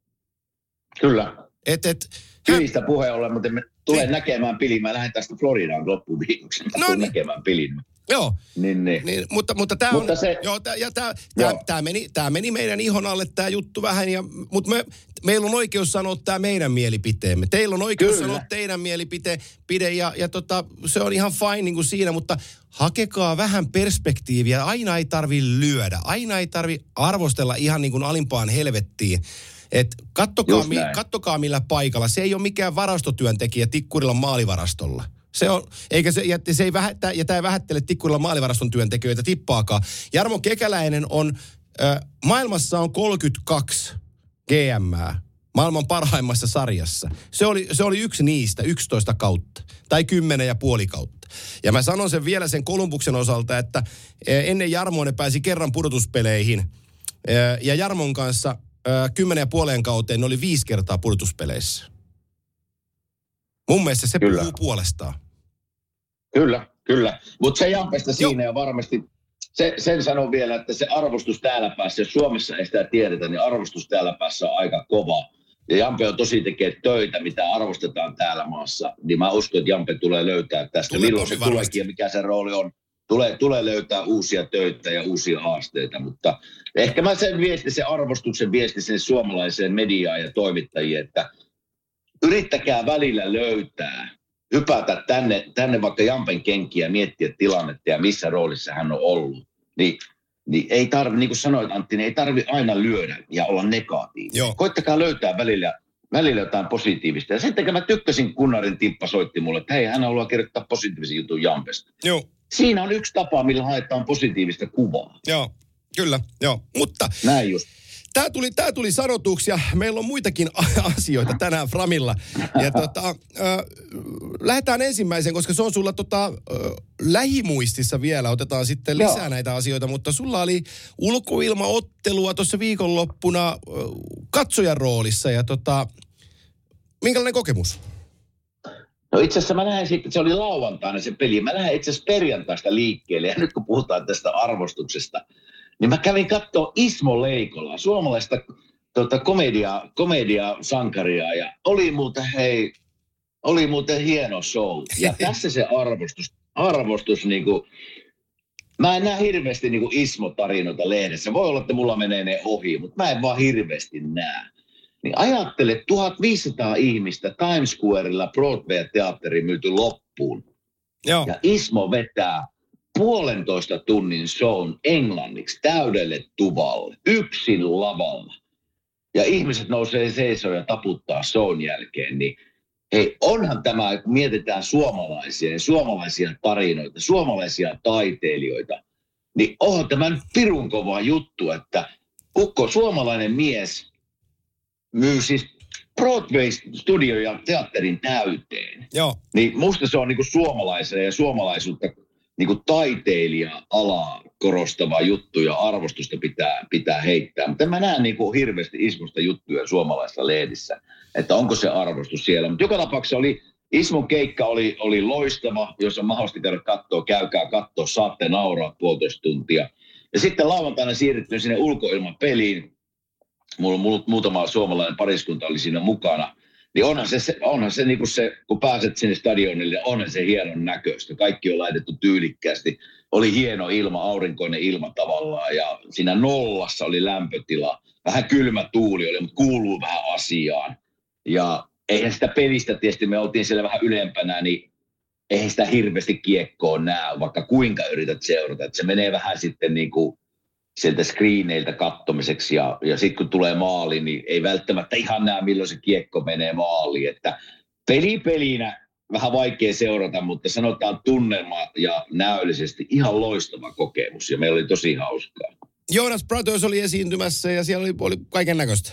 Kyllä. Et, et, Pilistä puheen ollen, mutta me tulen si- näkemään Pilin. Mä lähden tästä Floridaan loppuviikoksi. Mä no tulen niin. näkemään Pilin. Joo, niin, niin. Niin, mutta, mutta tämä on, se, joo, tää, ja tämä, tämä, tämä, meni, tämä meni meidän ihon alle tämä juttu vähän, ja, mutta me, meillä on oikeus sanoa tämä meidän mielipiteemme. Teillä on oikeus Kyllä. sanoa teidän mielipite, pide, ja, ja tota, se on ihan fine niin kuin siinä, mutta hakekaa vähän perspektiiviä. Aina ei tarvitse lyödä, aina ei tarvitse arvostella ihan niin kuin alimpaan helvettiin. Että kattokaa, mi, kattokaa millä paikalla. Se ei ole mikään varastotyöntekijä Tikkurilan maalivarastolla. Se on, eikä se, ja, se ei vähättä, ja tämä ei vähättele Tikkurilan maalivaraston työntekijöitä tippaakaan. Jarmo Kekäläinen on, äh, maailmassa on kolmekymmentäkaksi G M:ää maailman parhaimmassa sarjassa. Se oli, se oli yksi niistä, yksitoista kautta, tai kymmenen ja puoli kautta. Ja mä sanon sen vielä sen Kolumbuksen osalta, että ennen Jarmoa ne pääsi kerran pudotuspeleihin, äh, ja Jarmon kanssa kymmenen ja puoleen kauteen ne oli viisi kertaa pudotuspeleissä. Mun mielestä se kyllä. puhuu puolestaan. Kyllä, kyllä. Mutta se Jampesta siinä ja varmasti se, sen sanon vielä, että se arvostus täällä päässä, jos Suomessa ei sitä tiedetä, niin arvostus täällä päässä on aika kova. Ja Jampe on tosi tekee töitä, mitä arvostetaan täällä maassa. Niin mä uskon, että Jampe tulee löytää tästä. Tulee milloin se tuleekin ja mikä se rooli on. Tulee, tulee löytää uusia töitä ja uusia haasteita, mutta ehkä mä sen viesti, sen arvostuksen viesti sen suomalaiseen mediaan ja toimittajien, että yrittäkää välillä löytää, hypätä tänne, tänne vaikka Jampen kenkiä ja miettiä tilannetta ja missä roolissa hän on ollut. Niin, niin ei tarvi, niin kuin sanoit Antti, niin ei tarvi aina lyödä ja olla negatiivinen. Koittakaa löytää välillä, välillä jotain positiivista. Ja sitten mä tykkäsin, Kunnarin Tippa soitti mulle, että hei, hän haluaa kirjoittaa positiivisen jutun Jampesta. Joo. Siinä on yksi tapa, millä haetaan positiivista kuvaa. Joo, kyllä, joo. Mutta näin just. Tämä tuli, tämä tuli sanotuksi ja meillä on muitakin asioita tänään Framilla. Ja tota, äh, lähdetään ensimmäiseen, koska se on sulla tota, äh, lähimuistissa vielä. Otetaan sitten lisää Joo. näitä asioita, mutta sulla oli ulkoilmaottelua tuossa viikonloppuna äh, katsojan roolissa. Ja tota, minkälainen kokemus? No itse asiassa mä lähden sitten, se oli lauantaina se peli. Mä lähden itse asiassa perjantaista liikkeelle ja nyt kun puhutaan tästä arvostuksesta, niin mä kävin katsoa Ismo Leikolaa, suomalaista tota, komedia, komedia-sankaria ja oli muuten, hei, oli muuten hieno show. Ja tässä se arvostus, arvostus niin kuin, mä en näe hirveästi niin kuin Ismo-tarinoita lehdessä. Voi olla, että mulla menee ne ohi, mutta mä en vaan hirveästi näe. Niin ajattele, tuhatviisisataa ihmistä Times Squarella Broadway-teatteri myyty loppuun. Joo. Ja Ismo vetää puolentoista tunnin shown englanniksi täydelle tuvalle, yksin lavalla. Ja ihmiset nousee seisoon ja taputtaa shown jälkeen. Niin hei, onhan tämä, kun mietitään suomalaisia ja suomalaisia tarinoita, suomalaisia taiteilijoita, niin onhan tämä nyt pirun kova juttu, että ukko suomalainen mies myy siis Broadway-studio ja teatterin täyteen. Joo. Niin musta se on niinku suomalaisen ja suomalaisuutta niin kuin taiteilija-alaa korostavaa juttuja, arvostusta pitää, pitää heittää. Mutta en mä näe niin kuin hirveästi Ismosta juttuja suomalaisessa lehdissä, että onko se arvostus siellä. Mutta joka tapauksessa oli, Ismon keikka oli, oli loistava, jos on mahdollisesti käydä katsoa, käykää katsoa, saatte nauraa puolitoista tuntia. Ja sitten lauantaina siirryttiin sinne ulkoilmapeliin. Mulla, mulla muutama suomalainen pariskunta oli siinä mukana. Niin onhan se, onhan se, niin kuin se, kun pääset sinne stadionille, onhan se hienon näköistä. Kaikki on laitettu tyylikkäästi. Oli hieno ilma, aurinkoinen ilma tavallaan ja siinä nollassa oli lämpötila. Vähän kylmä tuuli oli, mutta kuuluu vähän asiaan. Ja eihän sitä pelistä, tietysti me oltiin siellä vähän ylempänä, niin eihän sitä hirveästi kiekkoa näe, vaikka kuinka yrität seurata. Että se menee vähän sitten niin kuin sieltä screeneiltä kattomiseksi ja, ja sitten kun tulee maali, niin ei välttämättä ihan näe, milloin se kiekko menee maaliin. Että peli pelinä vähän vaikea seurata, mutta sanotaan tunnelma ja näöllisesti ihan loistava kokemus ja meillä oli tosi hauskaa. Jonas Brothers oli esiintymässä ja siellä oli, oli kaiken näköistä.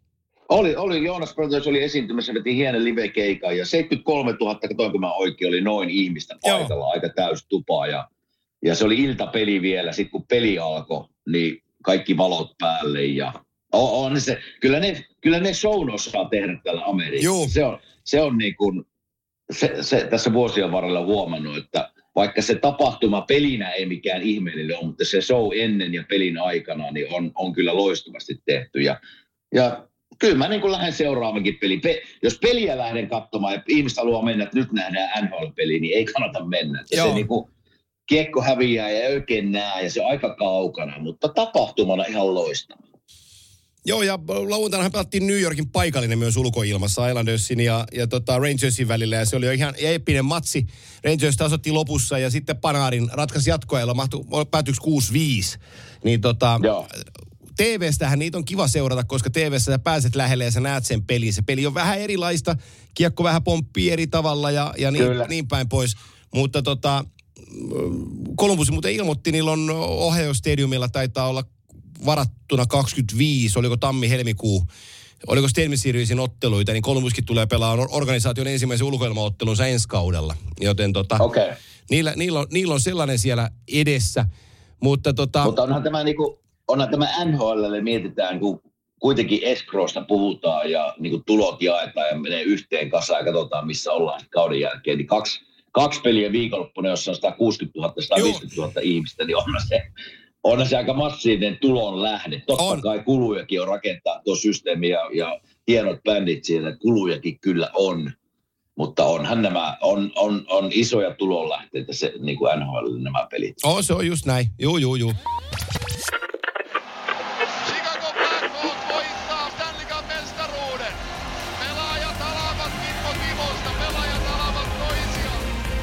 Oli, oli, Jonas Brothers oli esiintymässä, veti hienon live-keikan ja seitsemänkymmentäkolmetuhatta, katoinko mä oikein, oli noin ihmistä paikalla, Joo. aika täys tupaa ja, ja se oli iltapeli vielä, sitten kun peli alkoi, niin kaikki valot päälle ja on, on se, kyllä ne, kyllä ne shown osaa tehdä täällä Amerikassa. Se on, se on niin kuin, se, se tässä vuosien varrella huomannut, että vaikka se tapahtuma pelinä ei mikään ihmeellinen ole, mutta se show ennen ja pelin aikana niin on, on kyllä loistavasti tehty ja, ja kyllä mä niin kuin lähden seuraavankin peliin. Pe- jos peliä lähden katsomaan ja ihmiset haluaa mennä, että nyt nähdään N H L-peliä, niin ei kannata mennä. Se niin kuin kiekko häviää ja oikein näe ja se on aika kaukana, mutta tapahtumana ihan loistava. Joo, ja lauantainahan pelattiin New Yorkin paikallinen myös ulkoilmassa Islandersin ja, ja tota Rangersin välillä. Ja se oli jo ihan epinen matsi. Rangers tasoitti lopussa ja sitten Panarin ratkaisi jatkoajalla, päätyykö kuusi viisi. Niin tota, T V:stähän niitä on kiva seurata, koska T V:ssä sä pääset lähelle ja sä näet sen pelin. Se peli on vähän erilaista, kiekko vähän pomppii eri tavalla ja, ja niin, niin päin pois. Mutta tota, Columbus muuten ilmoitti, niillä on Ohio Stadiumilla taitaa olla varattuna kaksikymmentäviisi, oliko tammi-helmikuu, oliko Stanley Seriesin otteluita, niin Columbuskin tulee pelaamaan organisaation ensimmäisen ulkoilmaottelunsa ensi kaudella. Joten tota, okay. niillä, niillä, on, niillä on sellainen siellä edessä. Mutta, tota, Mutta onhan tämä, niinku, onhan tämä N H L:lle mietitään, kun kuitenkin escrowsta puhutaan ja niinku tulot jaetaan ja menee yhteen kasaan ja katsotaan, missä ollaan kauden jälkeen. Niin kaksi, kaksi peliä viikonloppuna, jossa on sata kuusikymmentätuhatta, sata viisikymmentätuhatta ihmistä, niin onhan se... Onhan se aika massiivinen tulon lähde. Totta on. Kai kulujakin on rakentaa tuo systeemi ja, ja hienot bändit siellä. Kulujakin kyllä on, mutta onhan nämä, on, on, on isoja tulonlähteitä se niin kuin N H L nämä pelit. Oh, se on just näin. Juu, juu, juu. Chicago Blackhawks voittaa Stanley Cup -mestaruuden. Pelaajat alavat Kimmo Timosta, pelaajat alavat toisiaan.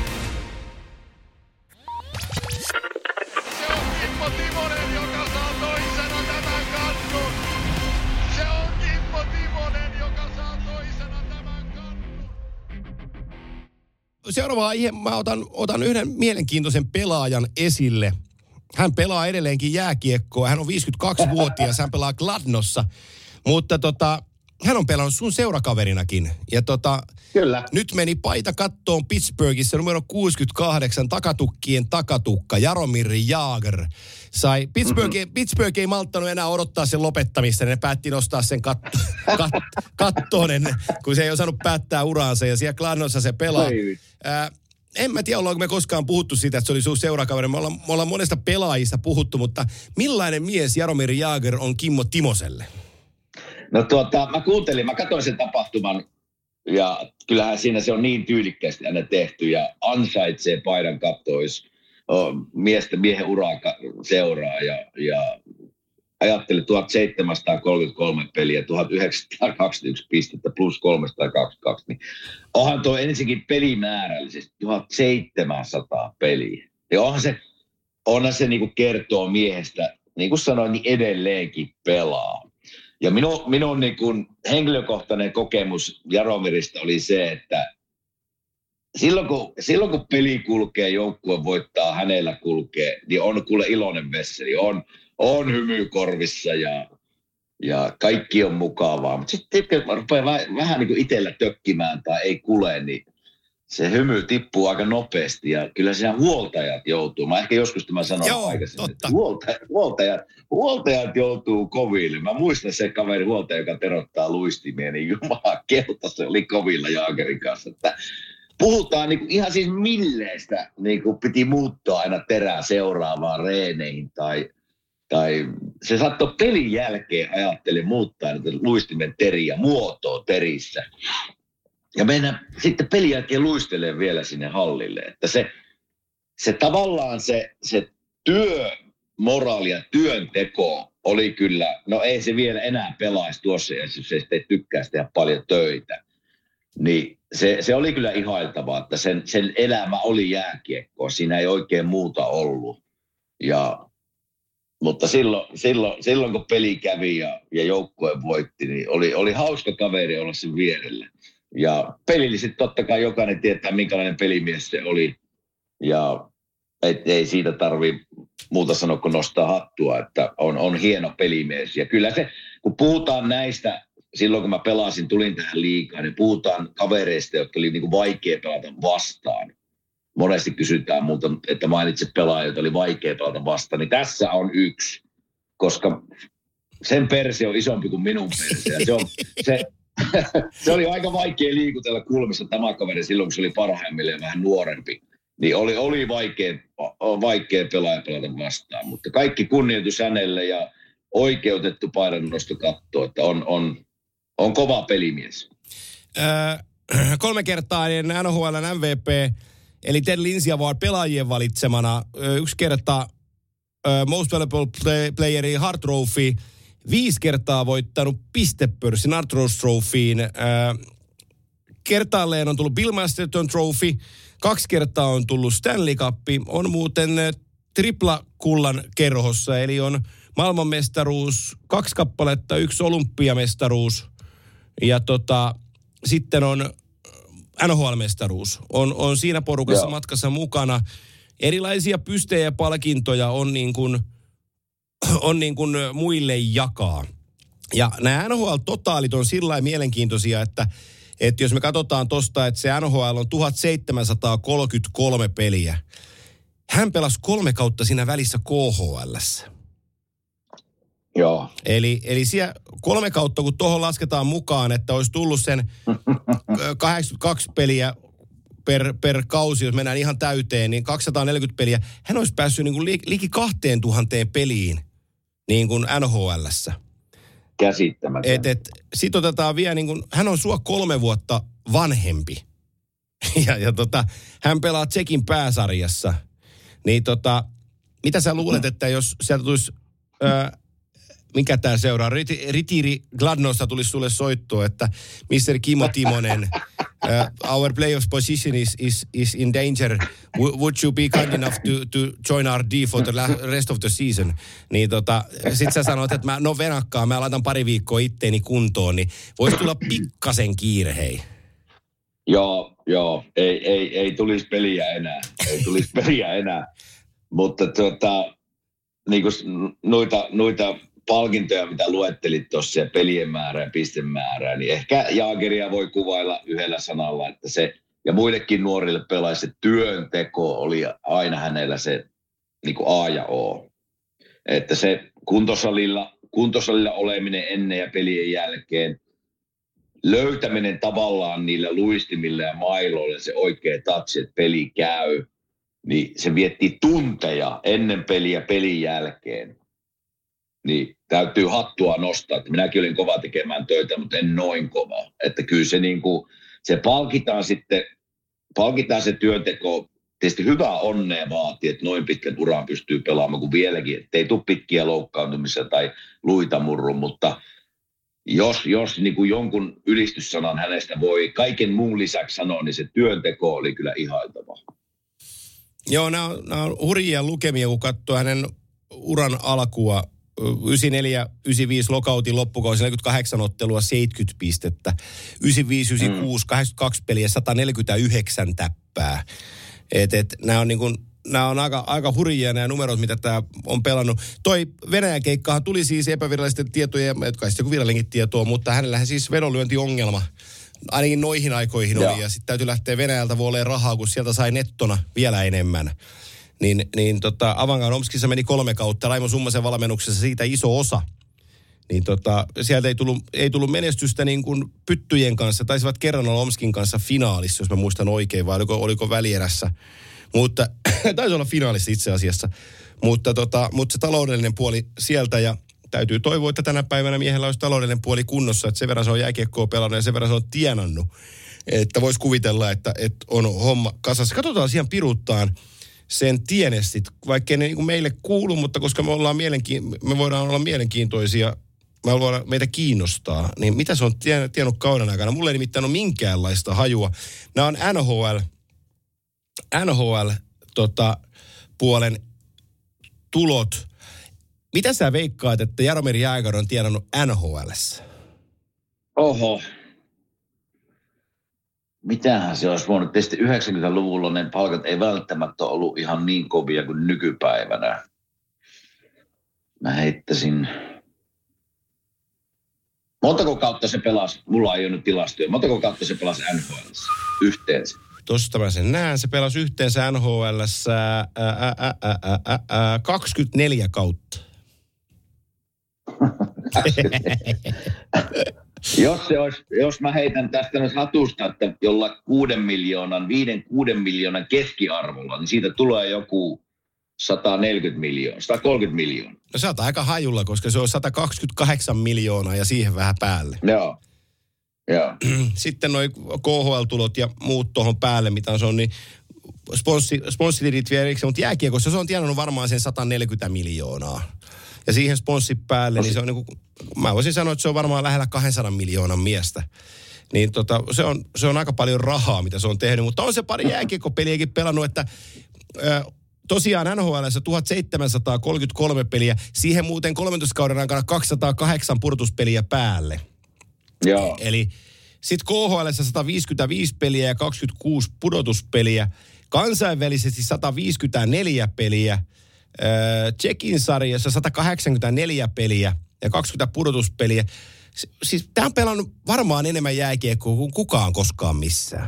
Kimmo Timonen, joka saa toisena tämän kannun. Se on Kimmo Timonen, joka saa toisena tämän kannun. Seuraava aihe, mä otan, otan yhden mielenkiintoisen pelaajan esille. Hän pelaa edelleenkin jääkiekkoa. Hän on viisikymmentäkaksivuotias, hän pelaa Gladnossa. Mutta tota, hän on pelannut sun seurakaverinakin. Ja tota, Kyllä. Nyt meni paita kattoon Pittsburghissa numero kuusikymmentäkahdeksan, takatukkien takatukka, Jaromir Jagr. Sai, Pittsburgh, mm-hmm. Pittsburgh ei malttanut enää odottaa sen lopettamista, ne päätti nostaa sen kat, kat, kattoon ennen, kun se ei osannut päättää uraansa ja siellä Gladnossa se pelaa. Ää, en mä tiedä, ollaanko me koskaan puhuttu siitä, että se oli sun seurakaveri. Me ollaan, me ollaan monesta pelaajista puhuttu, mutta millainen mies Jaromir Jagr on Kimmo Timoselle? No tuota, mä kuuntelin, mä katsoin sen tapahtuman ja kyllähän siinä se on niin tyylikkäästi aina tehty ja ansaitsee paidan kattois miesten, miehen uraa seuraa ja, ja ajattelin tuhatseitsemänsataakolmekymmentäkolme peliä, tuhatyhdeksänsataakaksikymmentäyksi pistettä plus kolmesataakaksikymmentäkaksi, niin onhan tuo ensinnäkin pelimäärällisesti tuhatseitsemänsataa peliä. Ja onhan se, onhan se niin kuin kertoo miehestä, niin kuin sanoin, niin edelleenkin pelaa. Ja minun, minun niin kuin henkilökohtainen kokemus Jaromirista oli se, että silloin kun, silloin kun peli kulkee, joukkue voittaa, hänellä kulkee, niin on kuule iloinen vesseli, on, on hymy korvissa ja, ja kaikki on mukavaa. Mutta sitten kun rupeaa vähän, vähän niin kuin itsellä tökkimään tai ei kule, niin se hymy tippuu aika nopeasti ja kyllä siinä huoltajat joutuu. Mä ehkä joskus tämän sanoin Joo, aikaisemmin. Totta. Huoltajat, huoltajat, huoltajat joutuu koville. Mä muistan se kaveri huoltaja, joka terottaa luistimia, niin jumala kelta se oli kovilla Jaagerin kanssa. Että puhutaan niin kuin ihan siis milleistä niin kuin piti muuttaa aina terää seuraavaan reeneihin tai, tai se saattoi pelin jälkeen ajattele muuttaa näitä luistimen teriä, muotoa terissä. Ja mennään sitten pelin jälkeen luistelemaan vielä sinne hallille. Että se, se tavallaan se, se työmoraali ja työnteko oli kyllä, no ei se vielä enää pelaisi tuossa, jos se ei tykkäisi tehdä paljon töitä. Niin se, se oli kyllä ihailtavaa, että sen, sen elämä oli jääkiekkoa. Siinä ei oikein muuta ollut. Ja, mutta silloin, silloin, silloin, kun peli kävi ja, ja joukkue voitti, niin oli, oli hauska kaveri olla sen vierellä. Ja pelillisesti totta kai jokainen tietää, minkälainen pelimies se oli. Ja et, ei siitä tarvitse muuta sanoa, kun nostaa hattua, että on, on hieno pelimies. Ja kyllä se, kun puhutaan näistä, silloin kun mä pelasin, tulin tähän liigaan, niin puhutaan kavereista, jotka oli niin kuin vaikea pelata vastaan. Monesti kysytään muuta, että mainitse pelaajia, joita oli vaikea pelata vastaan. Niin tässä on yksi, koska sen perse on isompi kuin minun perse. Ja se on... Se, se oli aika vaikea liikutella kulmissa tämä kaveri silloin, kun se oli parhaimmillaan vähän nuorempi. Niin oli, oli vaikea, vaikea pelaaja pelata vastaan. Mutta kaikki kunnioitus hänelle ja oikeutettu painonnosto kattoo, että on, on, on kova pelimies. Öö, kolme kertaa N H L:n M V P, eli Ted Lindsay Award pelaajien valitsemana. Öö, yksi kerta öö, Most Valuable play, Playerin Hart Trophy. Viisi kertaa voittanut pistepörssin Arthros Trophyin. Äh, kertaalleen on tullut Bill Masterton Trophy. Kaksi kertaa on tullut Stanley Cup. On muuten äh, tripla kullan kerhossa. Eli on maailmanmestaruus, kaksi kappaletta, yksi olympiamestaruus. Ja tota, sitten on N H L-mestaruus. On, on siinä porukassa Joo. matkassa mukana. Erilaisia pystejä ja palkintoja on niin kuin... on niin kuin muille jakaa. Ja nämä N H L-totaalit on sillä lailla mielenkiintoisia, että, että jos me katsotaan tosta, että se N H L on tuhatseitsemänsataakolmekymmentäkolme peliä. Hän pelasi kolme kautta siinä välissä K H L:ssä. Joo. Eli, eli siellä kolme kautta, kun tuohon lasketaan mukaan, että olisi tullut sen kahdeksankymmentäkaksi peliä per, per kausi, jos mennään ihan täyteen, niin kaksisataaneljäkymmentä peliä. Hän olisi päässyt niin kuin liki kahteen tuhanteen peliin niin kuin N H L:ssä. Käsittämätön. Et, et, sit otetaan vielä, niin kuin, hän on sua kolme vuotta vanhempi. ja, ja tota, hän pelaa Tsekin pääsarjassa. Niin tota, mitä sä luulet, että jos sieltä tulisi, ö, mikä tää seuraa, Ritiri Gladnosta tulisi sulle soittoa, että mister Kimmo Timonen, Uh, our playoffs position is, is, is in danger. W- would you be kind enough to, to join our D for the rest of the season? Niin tota, sit sä sanot, että mä, no venakkaan, mä laitan pari viikkoa itteeni kuntoon, niin voisi tulla pikkasen kiire, hei. Joo, joo, ei, ei, ei tulisi peliä enää, ei tulisi peliä enää. Mutta tota, niin kuin noita, noita palkintoja, mitä luettelit tuossa ja pelien määrää ja pistemäärää, niin ehkä Jaageria voi kuvailla yhdellä sanalla, että se, ja muillekin nuorille pelaajille se työnteko oli aina hänellä se niin kuin A ja O. Että se kuntosalilla, kuntosalilla oleminen ennen ja pelien jälkeen, löytäminen tavallaan niillä luistimilla ja mailoilla se oikea touch, että peli käy, niin se vietti tunteja ennen peliä pelin jälkeen. Niin täytyy hattua nostaa, että minäkin olin kova tekemään töitä, mutta en noin kova. Että kyllä se, niin kuin, se palkitaan sitten, palkitaan se työnteko. Tietysti hyvää onnea vaatii, että noin pitkän uraan pystyy pelaamaan kuin vieläkin. Että ei tule pitkiä loukkaantumisia tai luita murru, mutta jos, jos niin kuin jonkun ylistyssanan hänestä voi kaiken muun lisäksi sanoa, niin se työnteko oli kyllä ihailtava. Joo, nämä on, nämä on hurjia lukemia, kun katsoo hänen uran alkua. yhdeksänkymmentäneljä yhdeksänkymmentäviisi lokautin loppukausi, neljäkymmentäkahdeksan ottelua, seitsemänkymmentä pistettä. yhdeksänkymmentäviisi yhdeksänkymmentäkuusi, kahdeksankymmentäkaksi peliä, sata neljäkymmentäyhdeksän täppää. Et, et, nämä on, niin kuin, nämä on aika, aika hurjia nämä numerot, mitä tämä on pelannut. Toi Venäjän keikkahan tuli siis epävirallisten tietojen, jotka ei sitten joku virallinenkin tietoa, mutta hänellähän siis vedonlyöntiongelma Ainakin noihin aikoihin Joo. oli. Ja sitten täytyy lähteä Venäjältä vuoleen rahaa, kun sieltä sai nettona vielä enemmän. Niin, niin tota, Avangan Omskissa meni kolme kautta. Raimo Summasen valmennuksessa siitä iso osa. Niin tota, sieltä ei tullut, ei tullut menestystä niin kuin Pyttyjen kanssa. Taisivat kerran olla Omskin kanssa finaalissa, jos mä muistan oikein, vai oliko, oliko välierässä. Mutta taisi olla finaalissa itse asiassa. Mutta, tota, mutta se taloudellinen puoli sieltä ja täytyy toivoa, että tänä päivänä miehellä olisi taloudellinen puoli kunnossa, että sen verran se on jääkiekkoa pelannut ja sen verran se on tienannut. Että voisi kuvitella, että, että on homma kasassa. Katsotaan siihen piruuttaan sen tienestit, vaikkei ne niin kuin meille kuulu, mutta koska me, ollaan mielenki- me voidaan olla mielenkiintoisia, me voidaan, meitä kiinnostaa, niin mitä se on tien, tiennyt kauden aikana? Mulla ei nimittäin ole minkäänlaista hajua. Nämä on N H L, N H L tota, puolen tulot. Mitä sä veikkaat, että Jaromir Jääger on tienannut N H L:ssä? Oho. Mitähän se olisi voinut? Tietysti yhdeksänkymmentäluvulla ne palkat ei välttämättä ollut ihan niin kovia kuin nykypäivänä. Mä heittäisin... Montako kautta se pelasi? Mulla ei ole nyt tilastoja. Montako kautta se pelasi N H L:ssä yhteensä? Tosta mä sen näen. Se pelasi yhteensä N H L:ssä ää, ää, ää, ää, ää, ää, kaksikymmentäneljä kautta. jos, se olisi, jos mä heitän tästä nyt hatusta, että jolla kuuden miljoonan, viiden, kuuden miljoonan keskiarvolla, niin siitä tulee joku sata neljäkymmentä miljoonaa, sata kolmekymmentä miljoonaa. No sä oot aika hajulla, koska se on sata kaksikymmentäkahdeksan miljoonaa ja siihen vähän päälle. Joo. Joo. Sitten noi K H L-tulot ja muut tuohon päälle, mitä se on, niin sponssi, sponssitilit vielä erikseen, mutta jääkiekossa se on tienannut varmaan sen sata neljäkymmentä miljoonaa. Ja siihen sponssi päälle, niin se on niin kuin, mä voisin sanoa, että se on varmaan lähellä kaksisataa miljoonan miestä. Niin tota, se on, se on aika paljon rahaa, mitä se on tehnyt, mutta on se pari jääkiekkopeliäkin pelannut, että ö, tosiaan N H L:ssä tuhatseitsemänsataakolmekymmentäkolme peliä, siihen muuten kolmentoista kauden aikana kaksisataakahdeksan pudotuspeliä päälle. Joo. Eli sitten K H L:ssä sata viisikymmentäviisi peliä ja kaksikymmentäkuusi pudotuspeliä, kansainvälisesti sata viisikymmentäneljä peliä, Tšekin sarjassa sata kahdeksankymmentäneljä peliä ja kaksikymmentä pudotuspeliä. Siis tämä on pelannut varmaan enemmän jääkiekkoa kuin kukaan koskaan missään.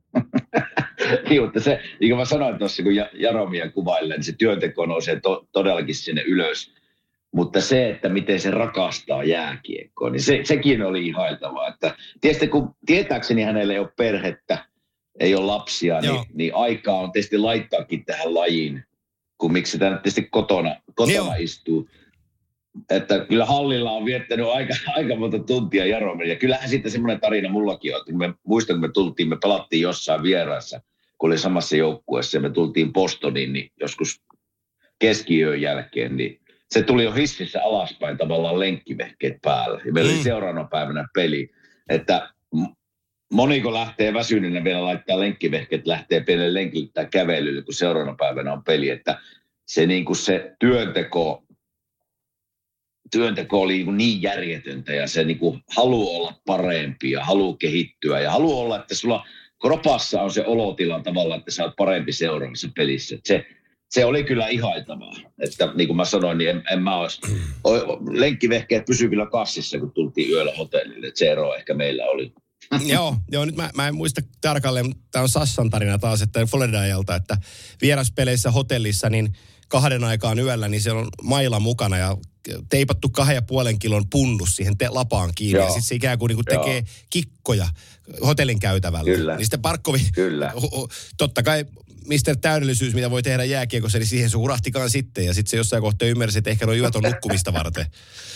Niin, mutta se, niin kuin mä sanoin tuossa, kun Jaromia kuvailee, niin se työnteko nousee to, todellakin sinne ylös. Mutta se, että miten se rakastaa jääkiekkoa, niin se, sekin oli ihailtavaa. Että tietysti kun tietääkseni hänellä ei ole perhettä, ei ole lapsia, niin, niin aikaa on tietysti laittaakin tähän lajiin, kun miksi sitä tietysti kotona, kotona istuu. Että kyllä hallilla on viettänyt aika, aika monta tuntia Jaromir. Ja kyllähän sitten semmoinen tarina mullakin on, että me, muistan, kun me tultiin, me pelattiin jossain vieraassa, kun oli samassa joukkueessa ja me tultiin Bostoniin, niin joskus keskiyön jälkeen, niin se tuli jo hississä alaspäin tavallaan lenkkivehkeet päällä. Ja meillä mm. oli seuraavana päivänä peli, että moniko lähtee väsyneenä vielä laittaa lenkkivehkeet, lähtee pienelle lenkille tai kävelylle, kun seuraavana päivänä on peli. Että se, niin kuin se työnteko, työnteko oli niin, niin järjetöntä ja se niin kuin haluaa olla parempi ja haluaa kehittyä ja haluaa olla, että sulla kropassa on se olotila tavallaan, että sä oot parempi seuraavassa pelissä. Että se, se oli kyllä ihailtavaa. Että niin kuin mä sanoin, niin en, en mä olisi, lenkkivehkeet pysyi kyllä kassissa, kun tultiin yöllä hotellille. Että se ero ehkä meillä oli. joo, joo, nyt mä, mä en muista tarkalleen, mutta tämä on Sassan tarina taas, että Floridajalta, että vieraspeleissä hotellissa, niin kahden aikaan yöllä, niin siellä on maila mukana ja teipattu kahden ja puolen kilon punnus siihen te- lapaan kiinni. Joo. Ja sitten se ikään kuin, niin kuin tekee joo. kikkoja hotellin käytävällä. Kyllä. Niin sitten Parkkovi, Kyllä. totta kai mister Täydellisyys, mitä voi tehdä jääkiekossa, niin siihen se hurahtikaan sitten. Ja sitten se jossain kohtaa ymmärsi, että ehkä nuo yöt on nukkumista varten.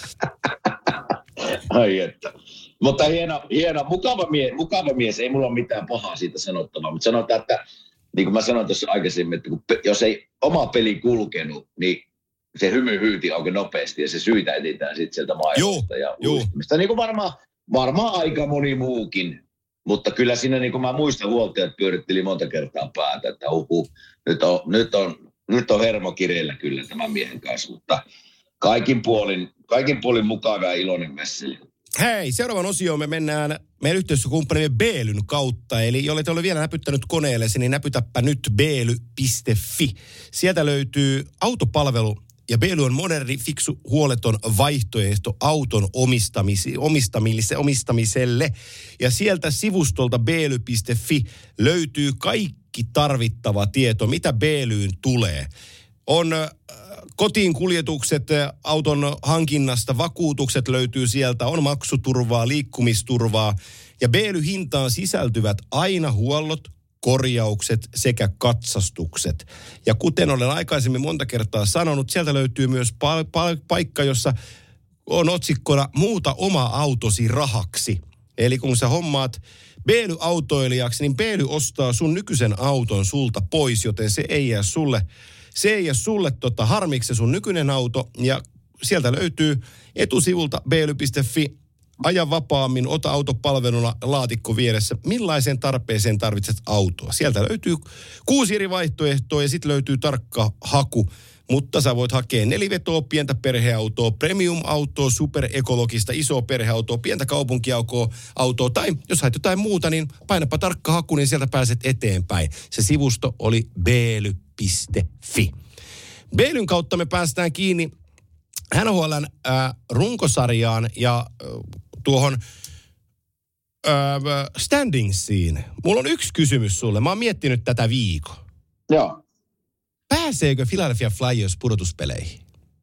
Ai että. Mutta hieno, hieno mukava, mie, mukava mies, ei mulla ole mitään pahaa siitä sanottavaa, mutta sanotaan, että niin kuin mä sanoin tuossa aikaisemmin, että kun, jos ei oma peli kulkenut, niin se hymy hyyti auki nopeasti ja se syitä etsitään sitten sieltä maailmasta ja uistamista. Niin kuin varmaan, varmaan aika moni muukin, mutta kyllä siinä niin kuin mä muistan huoltajat pyöritteli monta kertaa päätä, että uhu, nyt on, nyt on, nyt on hermo kireillä kyllä tämän miehen kanssa, mutta kaikin puolin, kaikin puolin mukava ja iloinen messeli. Hei, seuraavan osioon me mennään meidän yhteistyökumppanimme Beelyn kautta. Eli jolle te ole vielä näpyttänyt koneellesi, niin näpytäpä nyt beely piste fi. Sieltä löytyy autopalvelu Ja B L Y on moderni, fiksu, huoleton vaihtoehto auton omistamis- omistamiselle, omistamiselle. Ja sieltä sivustolta b l y piste f i löytyy kaikki tarvittava tieto, mitä B L Y:n tulee. On äh, kotiin kuljetukset äh, auton hankinnasta, vakuutukset löytyy sieltä, on maksuturvaa, liikkumisturvaa. Ja B L Y-hintaan sisältyvät aina huollot, korjaukset sekä katsastukset. Ja kuten olen aikaisemmin monta kertaa sanonut, sieltä löytyy myös pa- pa- paikka, jossa on otsikkona muuta oma autosi rahaksi. Eli kun sä hommaat B L Y-autoilijaksi, niin B L Y ostaa sun nykyisen auton sulta pois, joten se ei jää sulle, se ei jää sulle tota harmiksi sun nykyinen auto. Ja sieltä löytyy etusivulta b l y piste f i. Aja vapaammin, ota autopalveluna laatikko vieressä. Millaiseen tarpeeseen tarvitset autoa? Sieltä löytyy kuusi eri vaihtoehtoa ja sitten löytyy tarkka haku. Mutta sä voit hakea nelivetoa, pientä perheautoa, premium-autoa, superekologista, isoa perheautoa, pientä kaupunkiautoa. Tai jos haet jotain muuta, niin painapa tarkka haku, niin sieltä pääset eteenpäin. Se sivusto oli b l y piste f i. B L Y:n kautta me päästään kiinni N H L:n äh, runkosarjaan ja äh, tuohon äh, standingsiin. Mulla on yksi kysymys sulle. Mä oon miettinyt tätä viikon. Joo. Pääseekö Philadelphia Flyers pudotuspeleihin?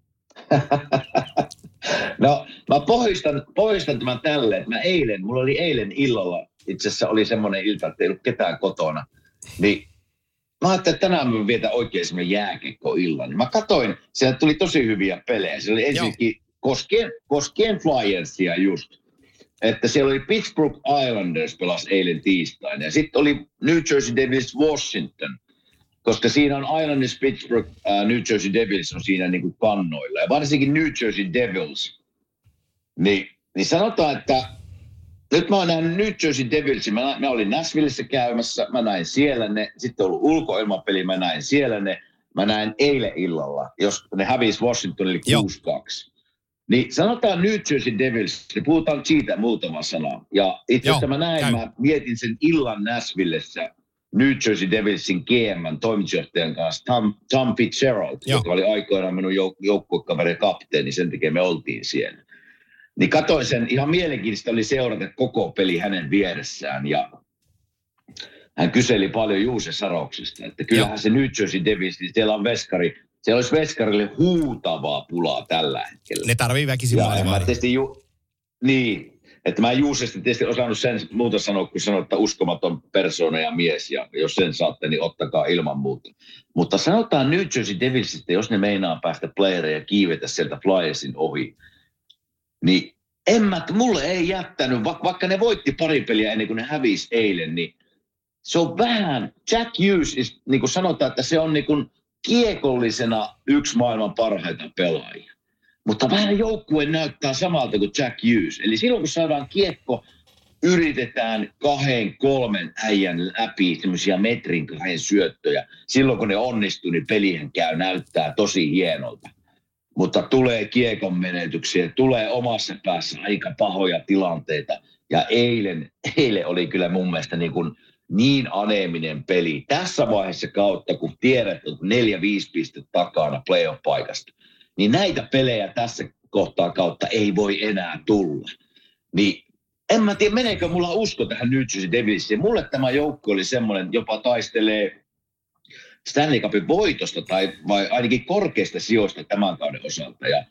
No, mä pohjistan, pohjistan tämän tälleen. Mä eilen, mulla oli eilen illalla, itse asiassa oli semmoinen ilta, että ei ollut ketään kotona. Niin mä ajattelin, että tänään mä vietän oikein semmoinen jääkiekko-illan. Mä katoin, sieltä tuli tosi hyviä pelejä. Siellä oli ensinnäkin koskien, koskien Flyersia just. Että siellä oli Pittsburgh Islanders pelas eilen tiistaina. Ja sitten oli New Jersey Devils Washington. Koska siinä on Islanders, Pittsburgh, uh, New Jersey Devils on siinä niin kuin kannoilla. Ja varsinkin New Jersey Devils. Niin, niin sanotaan, että nyt mä oon nähnyt New Jersey Devilsin. Mä, mä olin Nashvillessä käymässä, mä näin siellä ne. Sitten on ollut ulkoilmapeli, mä näin siellä ne. Mä näin eilen illalla, jos ne hävisi Washingtonille kuusi kaksi. Niin sanotaan New Jersey Devils, niin puhutaan siitä muutama sana. Ja itse asiassa mä näin, käy. Mä mietin sen illan Nashvillessä New Jersey Devilsin G M:n toimitusjohtajan kanssa, Tom, Tom Fitzgerald, Joo. joka oli aikoinaan minun jouk- joukkuekaverin kapteeni, sen takia me oltiin siellä. Niin katsoin sen, ihan mielenkiintoista oli seurata koko peli hänen vieressään, ja hän kyseli paljon Juuse Saroksesta, että kyllähän Joo. se New Jersey Devils, niin siellä on veskari, siellä olisi veskarille huutavaa pulaa tällä hetkellä. Ne tarvii väkisin maalivahdin. Ju- niin, että mä en Juusesta tietysti osannut sen muuta sanoa, kun sanoin, että uskomaton persoona ja mies, ja jos sen saatte, niin ottakaa ilman muuta. Mutta sanotaan New Jersey Devilsistä, jos ne meinaa päästä playereja ja kiivetä sieltä Flyersin ohi, niin en mä, mulle ei jättänyt, vaikka ne voitti pari peliä ennen kuin ne hävisi eilen, niin se on vähän, Jack Hughes, niin kuin sanotaan, että se on niin kuin kiekollisena yksi maailman parhaita pelaajia. Mutta vähän joukkue näyttää samalta kuin Jack Hughes. Eli silloin kun saadaan kiekko, yritetään kahden, kolmen äijän läpi semmoisia metrin kahden syöttöjä. Silloin kun ne onnistuu, niin pelihän käy, näyttää tosi hienolta. Mutta tulee kiekon menetyksiä, tulee omassa päässä aika pahoja tilanteita. Ja eilen, eilen oli kyllä mun mielestä niin, kuin niin aneeminen peli. Tässä vaiheessa kautta, kun tiedät, että neljä viisi pistettä takana playoff-paikasta, niin näitä pelejä tässä kohtaa kautta ei voi enää tulla. Niin en mä tiedä, meneekö mulla usko tähän New Jersey Devilsiin. Mulle tämä joukko oli semmoinen, jopa taistelee Stanley Cupin voitosta tai vai ainakin korkeista sijoista tämän kauden osalta. Ja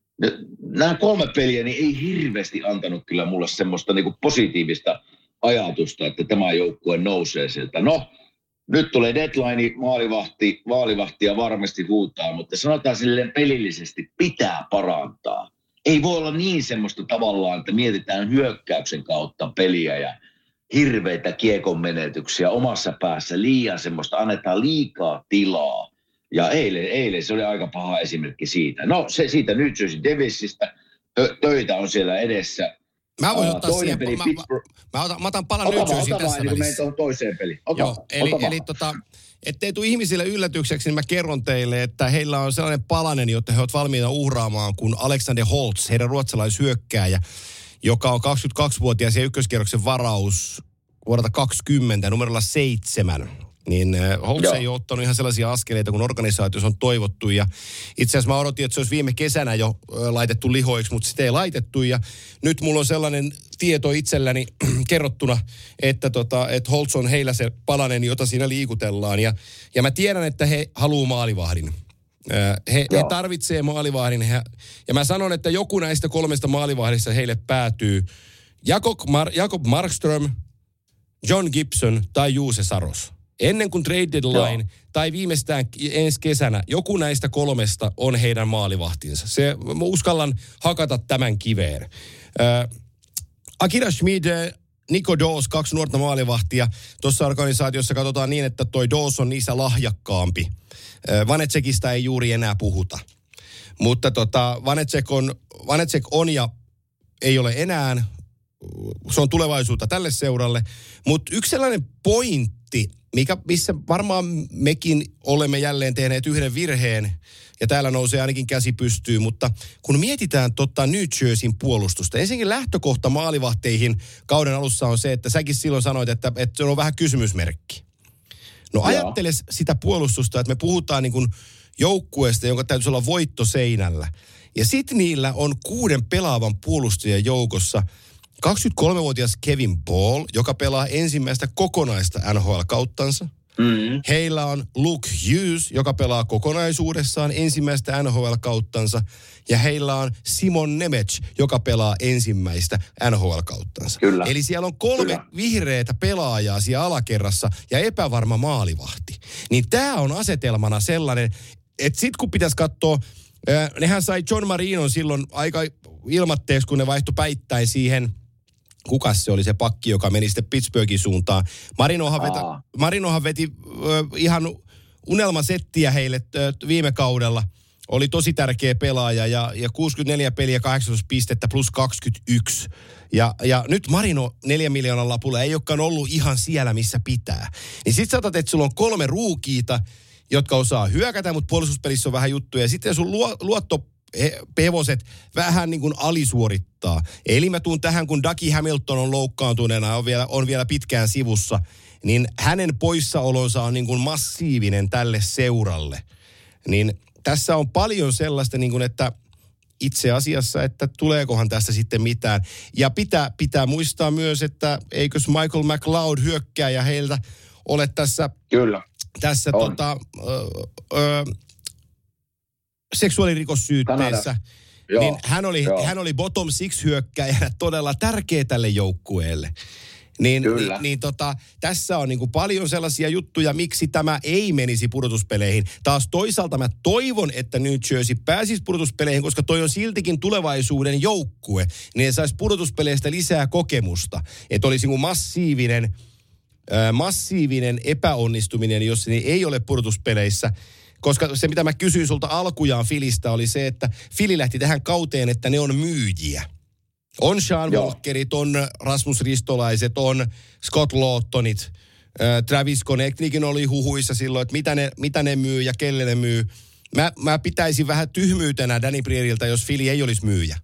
nämä kolme peliä niin ei hirveästi antanut kyllä mulle semmoista niin kuin positiivista ajatusta, että tämä joukkue nousee sieltä. No, nyt tulee deadline, maalivahti, maalivahtia varmasti huutaa, mutta sanotaan silleen pelillisesti pitää parantaa. Ei voi olla niin semmoista tavallaan, että mietitään hyökkäyksen kautta peliä ja hirveitä kiekon menetyksiä omassa päässä, liian semmoista, annetaan liikaa tilaa. Ja eilen, eilen se oli aika paha esimerkki siitä. No se siitä New Jersey Devilsistä, töitä on siellä edessä. Mä voin ottaa siihen, peli, mä, Pittsburgh. mä, otan, mä otan palan New Jersey tässä välissä. Ota vaan, niin toiseen peliin. Ota, Joo, eli, eli tota, ettei tule ihmisille yllätykseksi, niin mä kerron teille, että heillä on sellainen palanen, jota he ovat valmiita uhraamaan, kuin Alexander Holtz, heidän ruotsalaishyökkääjä, joka on kaksikymmentäkaksivuotias ja ykköskierroksen varaus vuodelta kaksikymmentä numerolla seitsemän. Niin Holtz ei ole ottanut ihan sellaisia askeleita, kun organisaatiossa on toivottu. Ja itse asiassa mä odotin, että se olisi viime kesänä jo laitettu lihoiksi, mutta sitä ei laitettu. Ja nyt mulla on sellainen tieto itselläni kerrottuna, että, tota, että Holtz on heillä se palanen, jota siinä liikutellaan. Ja, ja mä tiedän, että he haluaa maalivahdin. He, he tarvitsee maalivahdin. He, ja mä sanon, että joku näistä kolmesta maalivahdista heille päätyy. Jakob, Mar- Jakob Markström, John Gibson tai Juuse Saros. Ennen kuin trade deadline Joo. tai viimeistään ensi kesänä, joku näistä kolmesta on heidän maalivahtinsa. Se, mä uskallan hakata tämän kiveen. Äh, Akira Schmid, Nico Daws, kaksi nuorta maalivahtia. Tuossa organisaatiossa katsotaan niin, että toi Daws on niissä lahjakkaampi. Äh, Vanecekista ei juuri enää puhuta. Mutta tota, Vanecek on, Vanecek on ja ei ole enää. Se on tulevaisuutta tälle seuralle. Mutta yksi sellainen pointti, mikä, missä varmaan mekin olemme jälleen tehneet yhden virheen, ja täällä nousee ainakin käsi pystyyn, mutta kun mietitään tota New Jerseyn puolustusta, ensinnäkin lähtökohta maalivahteihin kauden alussa on se, että säkin silloin sanoit, että, että se on vähän kysymysmerkki. No ajattele sitä puolustusta, että me puhutaan niin kuin joukkueesta, jonka täytyisi olla voitto seinällä. Ja sitten niillä on kuuden pelaavan puolustajan joukossa kaksikymmentäkolmevuotias Kevin Ball, joka pelaa ensimmäistä kokonaista N H L-kauttansa. Mm-hmm. Heillä on Luke Hughes, joka pelaa kokonaisuudessaan ensimmäistä N H L-kauttansa. Ja heillä on Simon Nemec, joka pelaa ensimmäistä N H L-kauttansa. Kyllä. Eli siellä on kolme Kyllä. vihreätä pelaajaa siellä alakerrassa ja epävarma maalivahti. Niin tämä on asetelmana sellainen, että sit kun pitäisi katsoa, äh, nehän sai John Marinon silloin aika ilmatteeksi, kun ne vaihtoi päittäin siihen. Kukas se oli se pakki, joka meni sitten Pittsburghin suuntaan. Marinohan, vetä, Marinohan veti ö, ihan unelmasettiä heille ö, viime kaudella. Oli tosi tärkeä pelaaja ja, ja kuusikymmentäneljä peliä, kahdeksantoista pistettä plus kaksikymmentäyksi. Ja, ja nyt Marino neljän miljoonan lapulla ei olekaan ollut ihan siellä, missä pitää. Niin sit sä otat, että sulla on kolme ruukiita, jotka osaa hyökätä, mutta puolustuspelissä on vähän juttuja. Ja sitten sun luo, luotto pevoset vähän niin kuin alisuorittaa. Eli mä tuun tähän, kun Dougie Hamilton on loukkaantuneena, on vielä, on vielä pitkään sivussa, niin hänen poissaolonsa on niin kuin massiivinen tälle seuralle. Niin tässä on paljon sellaista, niin kuin, että itse asiassa, että tuleekohan tästä sitten mitään. Ja pitää, pitää muistaa myös, että eikös Michael McLeod hyökkääjä heiltä ole tässä, Kyllä. tässä tota, ö, ö, seksuaalirikossyytteessä, niin hän oli, hän oli bottom six hyökkääjänä todella tärkeä tälle joukkueelle. Niin, niin, niin tota, tässä on niinku paljon sellaisia juttuja, miksi tämä ei menisi pudotuspeleihin. Taas toisaalta mä toivon, että New Jersey pääsisi pudotuspeleihin, koska toi on siltikin tulevaisuuden joukkue. Niin saisi pudotuspeleistä lisää kokemusta. Että olisi niinku massiivinen, äh, massiivinen epäonnistuminen, jos ne ei ole pudotuspeleissä. Koska se, mitä mä kysyin sulta alkujaan Filistä, oli se, että Fili lähti tähän kauteen, että ne on myyjiä. On Sean Walkerit, on Rasmus Ristolaiset, on Scott Lawtonit, äh, Travis Konechnikin oli huhuissa silloin, että mitä ne, mitä ne myy ja kelle ne myy. Mä, mä pitäisin vähän tyhmyytenä Danny Brieriltä, jos Fili ei olisi myyjä.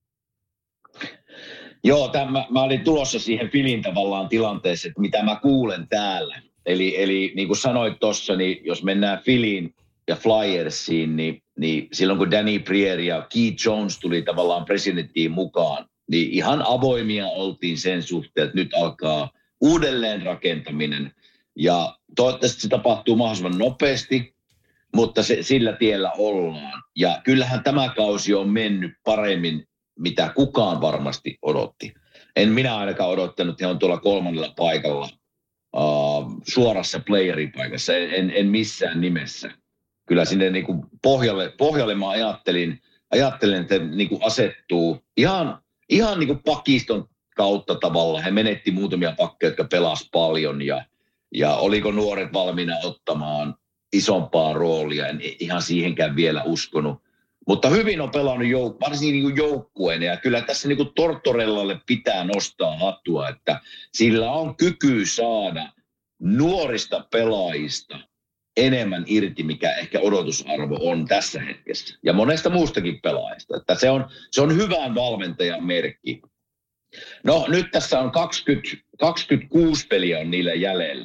Joo, tämän, mä, mä olin tulossa siihen Filin tavallaan tilanteeseen, että mitä mä kuulen täällä. Eli, eli niin kuin sanoit tuossa, niin jos mennään Filiin ja Flyersiin, niin, niin silloin kun Danny Briere ja Keith Jones tuli tavallaan presidenttiin mukaan, niin ihan avoimia oltiin sen suhteen, että nyt alkaa uudelleenrakentaminen. Ja toivottavasti se tapahtuu mahdollisimman nopeasti, mutta se, sillä tiellä ollaan. Ja kyllähän tämä kausi on mennyt paremmin, mitä kukaan varmasti odotti. En minä ainakaan odottanut, että he on tuolla kolmannella paikalla uh, suorassa playeripaikassa, en, en missään nimessä. Kyllä sinne niin kuin pohjalle, pohjalle mä ajattelin, ajattelin että niin kuin asettuu ihan, ihan niin kuin pakiston kautta tavalla. He menetti muutamia pakkeja, jotka pelasi paljon ja, ja oliko nuoret valmiina ottamaan isompaa roolia. En ihan siihenkään vielä uskonut. Mutta hyvin on pelannut jouk- varsinkin niin kuin joukkueen ja kyllä tässä niin kuin Tortorellalle pitää nostaa hattua, että sillä on kyky saada nuorista pelaajista enemmän irti, mikä ehkä odotusarvo on tässä hetkessä. Ja monesta muustakin pelaajista. Että se on, se on hyvän valmentajan merkki. No nyt tässä on kaksikymmentä, kaksikymmentäkuusi peliä on niillä jäljellä.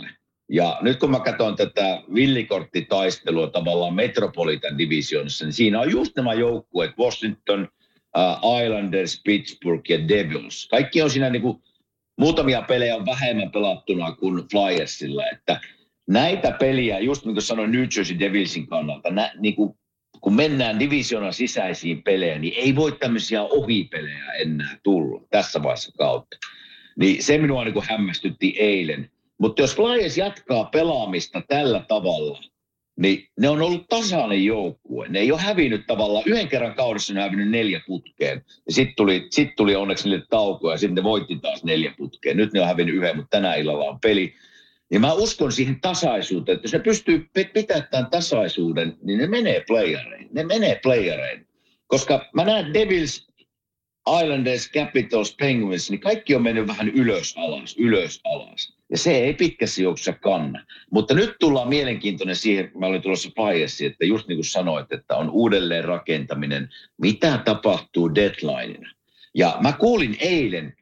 Ja nyt kun mä katson tätä villikorttitaistelua tavallaan Metropolitan Divisionissa, niin siinä on just nämä joukkueet, Washington, uh, Islanders, Pittsburgh ja Devils. Kaikki on siinä niin kuin, muutamia pelejä on vähemmän pelattuna kuin Flyersilla, että näitä peliä, just niin kuin sanoin New Jersey Devilsin kannalta, nä, niin kuin, kun mennään divisionan sisäisiin pelejä, niin ei voi tämmöisiä ohipelejä enää tulla tässä vaiheessa kautta. Niin se minua niin kuin hämmästytti eilen. Mutta jos Flyers jatkaa pelaamista tällä tavalla, niin ne on ollut tasainen joukkue. Ne ei ole hävinnyt tavallaan. Yhden kerran kaudessa ne on hävinnyt neljä putkeen. Ja sitten tuli, sit tuli onneksi niille taukoja ja sitten ne voitti taas neljä putkeen. Nyt ne on hävinnyt yhden, mutta tänä illalla on peli. Ja mä uskon siihen tasaisuuteen, että jos ne pystyy pitämään tämän tasaisuuden, niin ne menee playereihin. Ne menee playereihin. Koska mä näen Devils, Islanders, Capitals, Penguins, niin kaikki on mennyt vähän ylös alas, ylös alas. Ja se ei pitkässä juoksussa kanna. Mutta nyt tullaan mielenkiintoinen siihen, mä olin tulossa Flyersiin, että just niin kuin sanoit, että on uudelleen rakentaminen, mitä tapahtuu deadlineina. Ja mä kuulin eilen,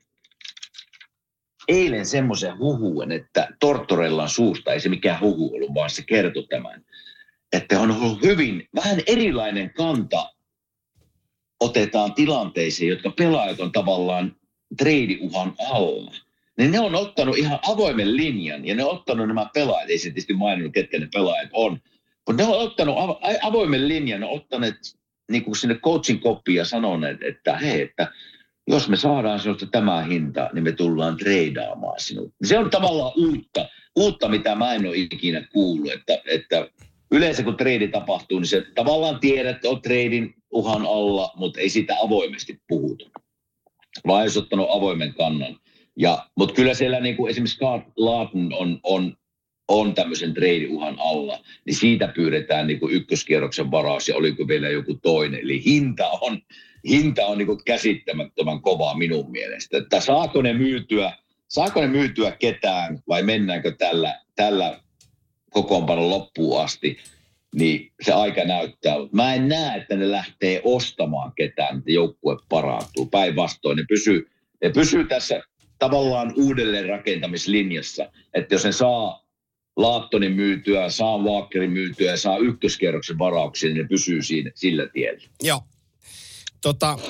eilen semmoisen huhuen, että Tortorellan suusta, ei se mikään huhu ollut, vaan se kertoi tämän, että on ollut hyvin, vähän erilainen kanta otetaan tilanteisiin, jotka pelaajat on tavallaan treidiuhan alla. Niin ne on ottanut ihan avoimen linjan ja ne on ottanut nämä pelaajat, ei se tietysti maininnut, ketkä ne pelaajat on, mutta ne on ottanut avoimen linjan, ne on ottaneet niin kuin sinne coachin koppiin ja sanoneet, että hei, että jos me saadaan sinusta tämä hinta, niin me tullaan treidaamaan sinut. Se on tavallaan uutta, uutta mitä mä en ole ikinä kuullut, että, että yleensä kun treidi tapahtuu, niin se tavallaan tiedät, että on treidin uhan alla, mutta ei sitä avoimesti puhuta. Vaan olisi ottanut avoimen kannan. Ja, mutta kyllä siellä niin kuin esimerkiksi Scott Laughton on, on, on tämmöisen treidi-uhan alla, niin siitä pyydetään niin kuin ykköskierroksen varaus ja oliko vielä joku toinen. Eli hinta on, hinta on niin kuin käsittämättömän kovaa minun mielestä. Että saako ne myytyä, saako ne myytyä ketään vai mennäänkö tällä, tällä kokoonpanon loppuun asti, niin se aika näyttää. Mä en näe, että ne lähtee ostamaan ketään, että joukkue parantuu. Päinvastoin ne pysyy, ne pysyy tässä tavallaan uudelleen rakentamislinjassa, että jos ne saa Laattonin myytyä, saa Walkerin myytyä ja saa ykköskierroksen varauksia, niin ne pysyy siinä, sillä tiellä. Joo. Tota,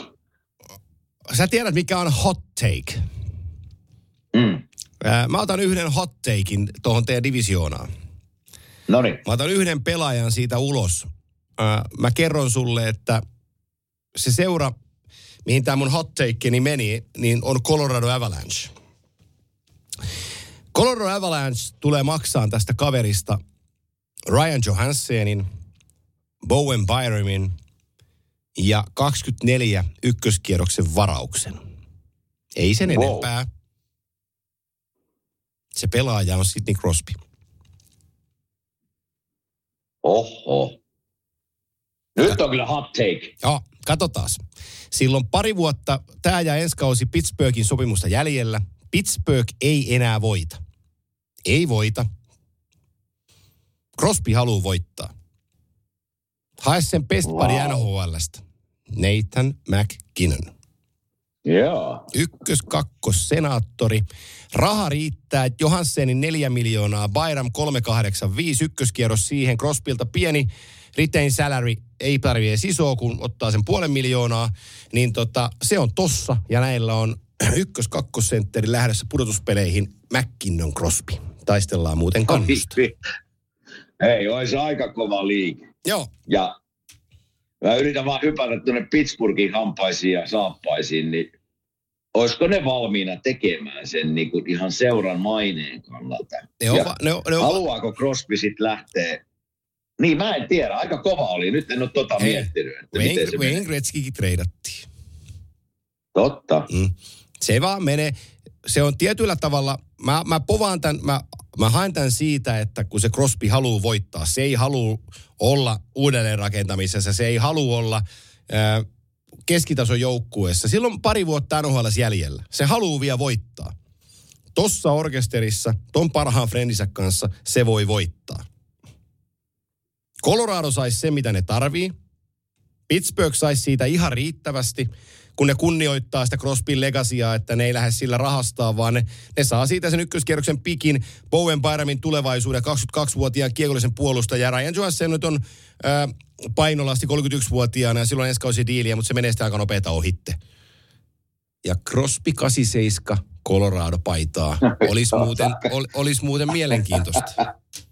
sä tiedät, mikä on hot take. Mm. Mä otan yhden hot takein tuohon teidän divisioonaan. Noniin. Mä otan yhden pelaajan siitä ulos. Mä kerron sulle, että se seura, mihin tämä mun hot takeini meni, niin on Colorado Avalanche. Colorado Avalanche tulee maksaa tästä kaverista Ryan Johanssenin, Bowen Byramin ja kaksikymmentäneljä ykköskierroksen varauksen. Ei sen wow. enempää. Se pelaaja on Sidney Crosby. Oho. Nyt on kyllä hot take. Joo, katsotaan. Silloin pari vuotta, tämä ja ensi kausi Pittsburghin sopimusta jäljellä. Pittsburgh ei enää voita. Ei voita. Crosby haluaa voittaa. Hae sen best buddy wow. N H L:stä. Nathan McKinnon. Joo. Ykkös, kakkos, senaattori. Raha riittää, että Johanssenin neljä miljoonaa, Byram kolme kahdeksan viisi, ykköskierros siihen, Crosbylta pieni retain salary, ei tarvitse edes isoa, kun ottaa sen puolen miljoonaa, niin tota, se on tossa, ja näillä on ykkös, kakkosentteri lähdössä pudotuspeleihin, McKinnon, Crosby. Taistellaan muuten kannusta. Hei, olisi aika kova liike. Joo. Ja mä yritän vaan hypätä tuonne Pittsburghin hampaisiin ja saappaisiin, niin olisiko ne valmiina tekemään sen niin kuin ihan seuran maineen kannalta? Ne on, va, ne on, ne on haluaako Crosby sitten lähteä? Niin, mä en tiedä. Aika kova oli. Nyt en ole tota Hei, miettinyt. Että Wayne, miten se Wayne Gretzkykin treidattiin. Totta. Mm. Se vaan menee. Se on tietyllä tavalla, mä, mä povaan tämän, mä, mä haen tämän siitä, että kun se Crosby haluaa voittaa, se ei halua olla uudelleenrakentamisessa, se ei halua olla ää, keskitason joukkueessa. Silloin pari vuotta N H L:ssä jäljellä. Se haluaa vielä voittaa. Tossa orkesterissa, ton parhaan friendinsä kanssa, se voi voittaa. Colorado saisi sen, mitä ne tarvii. Pittsburgh saisi siitä ihan riittävästi. kun ne kunnioittaa sitä Crosbyn legacyä, että ne ei lähde sillä rahastaa, vaan ne, ne saa siitä sen ykköskierroksen pikin, Bowen Byramin tulevaisuuden, kaksikymmentäkaksivuotiaan kiekollisen puolustajan. Ryan Johansson nyt on ää, painolasti kolmekymmentäyksivuotiaana ja silloin ensi kausi diiliä, mutta se menee sitä aika nopeata ohitte. Ja Crosby kahdeksankymmentäseitsemän Colorado-paitaa. Olisi muuten, ol, olis muuten mielenkiintoista.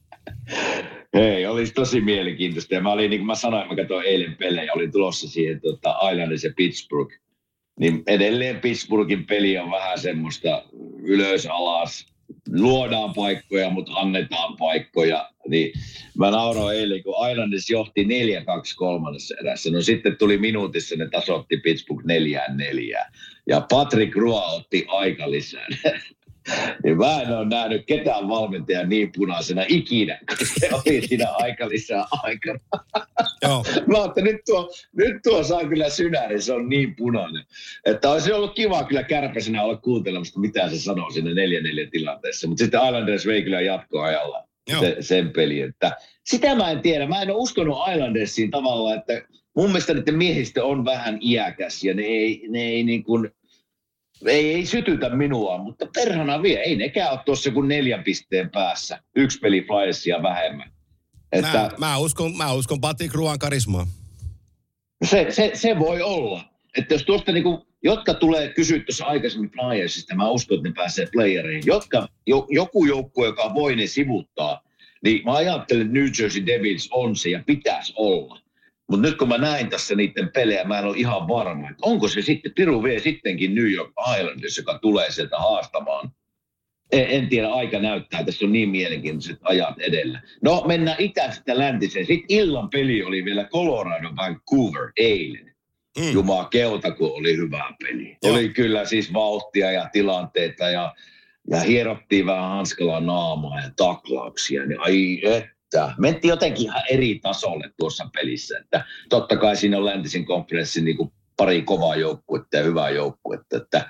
Hei, olisi tosi mielenkiintoista. Ja mä olin, niin kuin mä sanoin, mä katsoin eilen pelejä, olin tulossa siihen tuota, Islanders ja Pittsburgh. Niin edelleen Pittsburghin peli on vähän semmoista ylös alas. Luodaan paikkoja, mutta annetaan paikkoja. Niin mä nauroin eilen, kun Islanders johti neljä kaksi kolmannessa erässä. No sitten tuli minuutissa, ne tasoitti Pittsburgh neljään neljään. Ja Patrick Roy otti aika lisää. Niin mä en ole nähnyt ketään valmentajan niin punaisena ikinä, kun se oli siinä aika lisää aikana. Joo. Mä oon, että nyt tuo, nyt tuo saa kyllä synäri, se on niin punainen. Että olisi ollut kiva kyllä kärpäisenä olla kuuntelemassa, mitä se sanoo siinä neljä neljä tilanteessa. Mutta sitten Islanders vei kyllä jatkoajalla se, sen peli. Että sitä mä en tiedä. Mä en ole uskonut Islandersiin tavallaan, että mun mielestä niiden miehistö on vähän iäkäs ja ne ei, ne ei niin kuin... Ei, ei sytytä minua, mutta perhana vie. Ei nekään ole tuossa kuin neljän pisteen päässä. Yksi peli Flyersia vähemmän. Että mä, mä, uskon, mä uskon Patrick Royn karismaa. Se, se, se voi olla. Että jos tuosta niinku, jotka tulee kysyä tuossa aikaisemmin Flyersista, mä uskon, että ne pääsee playereihin. Jotka, jo, joku joukkue, joka voi ne sivuttaa, niin mä ajattelen, että New Jersey Devils on se ja pitäisi olla. Mutta nyt kun mä näin tässä niiden pelejä, mä en ole ihan varma, että onko se sitten, Piru vie sittenkin New York Islanders, joka tulee sieltä haastamaan. En, en tiedä, aika näyttää, tässä on niin mielenkiintoiset ajat edellä. No, mennään itästä läntiseen. Sitten illan peli oli vielä Colorado Vancouver eilen. Mm. Jumaa keuta, kun oli hyvää peli. Joo. Oli kyllä siis vauhtia ja tilanteita ja, ja hierottiin vähän hanskalla naamaa ja taklauksia. Niin ai et. Mentiin jotenkin ihan eri tasolle tuossa pelissä, että totta kai siinä on läntisen konferenssin niin kuin pari kovaa joukkuetta ja hyvää joukkuetta, että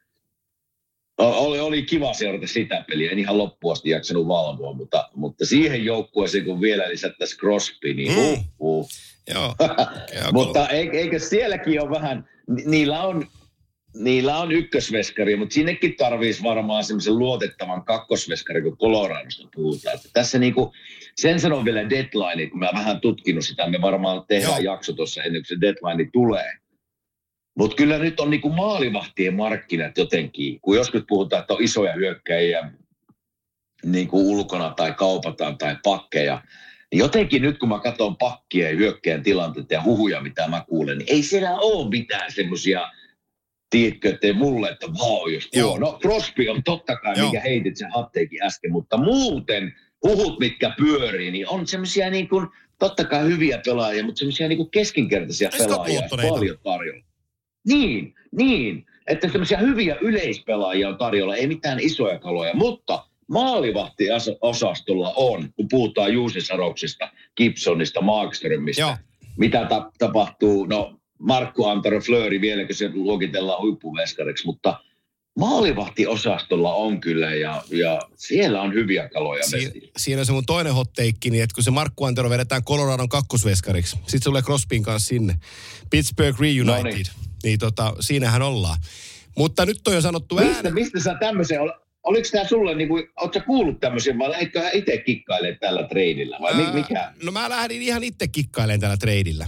oli, oli kiva seurata sitä peliä, en ihan loppuun asti jaksanut valvoa, mutta, mutta siihen joukkueeseen kun vielä lisättäisiin Crosby, niin huh, huh. Joo. Mutta eikö sielläkin ole vähän, niillä on Niillä on ykkösveskari, mutta sinnekin tarvitsisi varmaan semmoisen luotettavan kakkosveskari, kun Coloradosta puhutaan. Että tässä niinku, sen sanon vielä deadline, kun mä vähän tutkinut sitä, me varmaan tehdään Joo. jakso tuossa ennen kuin se deadline tulee. Mutta kyllä nyt on niinku maalivahtien markkinat jotenkin, kun joskus puhutaan, että on isoja hyökkäjiä niinku ulkona tai kaupataan tai pakkeja. Niin jotenkin nyt kun mä katson pakkia ja hyökkäjän tilanteita ja huhuja, mitä mä kuulen, niin ei siellä ole mitään semmoisia... Tiedätkö, ettei mulle, että vau, jos tuo. No Crosby on totta kai, Joo. mikä heitit sen hatteikin äsken, mutta muuten huhut, mitkä pyörii, niin on semmoisia niin kuin, totta kai hyviä pelaajia, mutta semmoisia niin kuin keskinkertaisia pelaajia paljon tarjolla. Niin, niin, että semmoisia hyviä yleispelaajia on tarjolla, ei mitään isoja kaloja, mutta maalivahtiosastolla on, kun puhutaan Juuse Saroksesta, Gibsonista, Markströmistä, Joo. mitä ta- tapahtuu, no Markku Antero Fleury vieläkö se luokitellaan huippuveskariksi, mutta maalivahtiosastolla on kyllä ja, ja siellä on hyviä kaloja. Si- siinä on se mun toinen hotteikki, niin että kun se Markku Antero vedetään Coloradon kakkosveskariksi, sitten se tulee Crosbyn kanssa sinne. Pittsburgh Reunited, no niin. niin tota, siinähän ollaan. Mutta nyt on jo sanottu mistä, äänen. Mistä sä tämmöisen, ol, oliko tämä sulle, niin kuin, ootko sä kuullut tämmöisen, vai lähditkö itse kikkailemaan tällä treidillä, vai Ää, mikä? No mä lähdin ihan itse kikkailemaan tällä treidillä.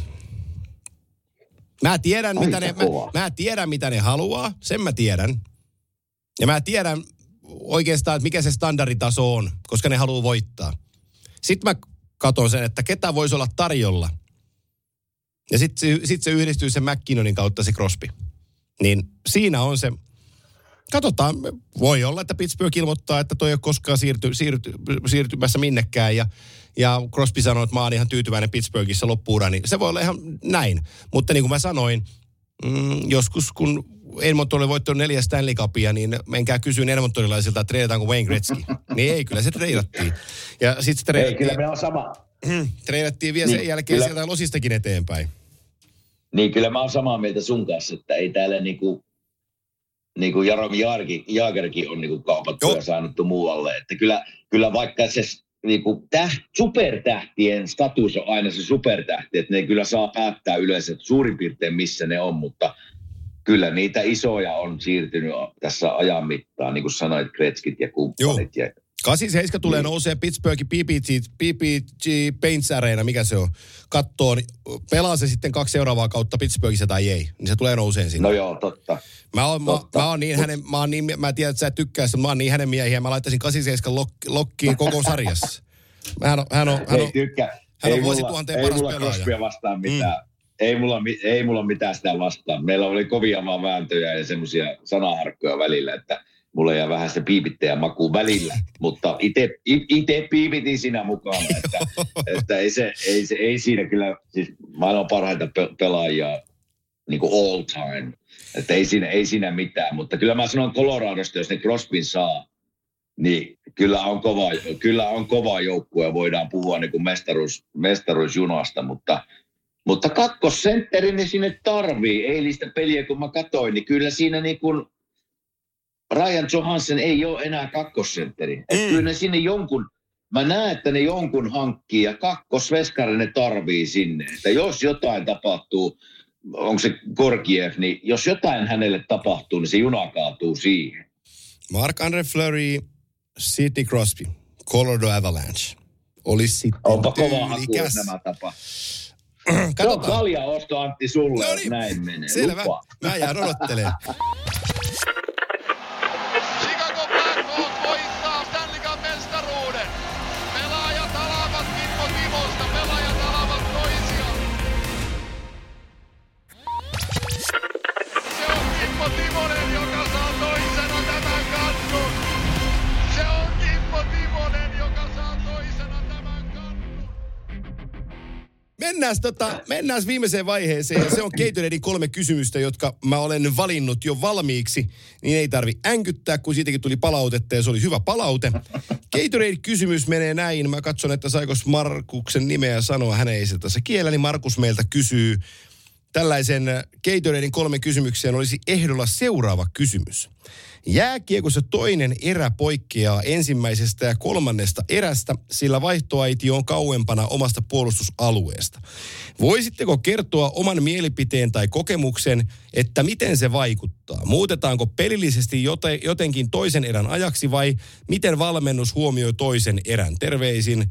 Mä tiedän, mitä ne, mä, mä tiedän, mitä ne haluaa. Sen mä tiedän. Ja mä tiedän oikeastaan, että mikä se standarditaso on, koska ne haluaa voittaa. Sitten mä katson sen, että ketä voisi olla tarjolla. Ja sitten sit se yhdistyy sen McKinnonin kautta se Crosby. Niin siinä on se, katsotaan, voi olla, että Pittsburgh ilmoittaa, että toi ei ole koskaan siirty, siirty, siirtymässä minnekään. Ja, ja Crosby sanoo, että mä oon ihan tyytyväinen Pittsburghissa loppuura, niin se voi olla ihan näin. Mutta niin kuin mä sanoin, mm, joskus kun Edmonton oli voittanut neljä Stanley Cupia, niin menkää kysyyn edmontonilaisilta, että treidataanko Wayne Gretzky. Niin ei, kyllä se treidattiin. Ja sit se treidattiin. Ei, kyllä me on sama. Treidattiin vielä niin, sen jälkeen kyllä sieltä Losistakin eteenpäin. Niin, kyllä mä oon samaa mieltä sun kanssa, että ei täällä niinku, niinku Jaromir Jaagerkin on niinku kaupattu Joo. ja saanuttu muualle. Että kyllä, kyllä vaikka se niinku täht, supertähtien status on aina se supertähti, että ne kyllä saa päättää yleensä suurin piirtein missä ne on, mutta kyllä niitä isoja on siirtynyt tässä ajan mittaan, niin kuin sanoit, Gretzkit ja kumppanit. Ja kahdeksankymmentäseitsemän tulee niin. Nousee Pittsburghin P P G, P P G Paints Arena, mikä se on, kattoon. Pelaa se sitten kaksi seuraavaa kautta Pittsburghissa tai ei, niin se tulee nouseen sinne. No joo, totta. Mä oon, totta. Mä, mä oon niin hänen, mä oon niin, mä tiedän, että sä et tykkää sitä, mä oon niin hänen miehiä, mä laittaisin kahdeksankymmentäseitsemän lok, lokkiin koko sarjassa. Hän on, hän on, hän on, tykkää. hän on ei vuosituhanteen mulla, paras pelaaja. Ei mulla Crosbya vastaan mitään. Mm. Ei mulla, ei mulla mitään sitä vastaan. Meillä oli kovia vaan vääntöjä ja semmoisia sanaharkkoja välillä, että mulla jää vähän sitä piipittäjä makuu välillä. Mutta itse piipitin siinä mukaan, että, että ei, se, ei, se, ei siinä kyllä, siis maailman parhaita pelaajia niin kuin all time. Että ei siinä, ei siinä mitään, mutta kyllä mä sanon Coloradosta, jos ne Crosbyn saa, niin kyllä on kova, kyllä on kova joukkue ja voidaan puhua niin kuin mestaruus, mestaruusjunasta, mutta Mutta kakkosentteri ne sinne tarvii. Eilistä peliä, kun mä katsoin, niin kyllä siinä niin kuin Ryan Johansson ei ole enää kakkosentteri. Mm. Että kyllä ne sinne jonkun, mä näen, että ne jonkun hankkii ja kakkosveskari ne tarvii sinne. Että jos jotain tapahtuu, onko se Gorgiev, niin jos jotain hänelle tapahtuu, niin se juna kaatuu siihen. Marc-Andre Fleury, Sidney Crosby, Colorado Avalanche. Olisi sitten onpa kova haku, nämä tapahtuu. Se on kalja osto, Antti, sulle, no niin, näin menee. Selvä. Lupa. Mä jään odottelemaan. Chicago Blackhawks voittaa Stanley Cup -mestaruuden. Pelaajat alavat Kimmo Timosta, pelaajat alavat toisiaan. Se on Kimmo Timonen, joka saa toisena tämän kannun. Se on Kimmo Timonen, joka saa toisena tämän kannun. Mennään, tota, mennään viimeiseen vaiheeseen, ja se on Gatoraden kolme kysymystä, jotka mä olen valinnut jo valmiiksi, niin ei tarvi änkyttää, kun siitäkin tuli palautetta, ja se oli hyvä palaute. Gatorade-kysymys menee näin, mä katson, että saiko Markuksen nimeä sanoa, hän ei se tässä kiellä, niin Markus meiltä kysyy tällaisen Gatoraden kolme kysymykseen olisi ehdolla seuraava kysymys. Jääkiekossa toinen erä poikkeaa ensimmäisestä ja kolmannesta erästä, sillä vaihtoaiti on kauempana omasta puolustusalueesta. Voisitteko kertoa oman mielipiteen tai kokemuksen, että miten se vaikuttaa? Muutetaanko pelillisesti jotenkin toisen erän ajaksi vai miten valmennus huomioi toisen erän? Terveisin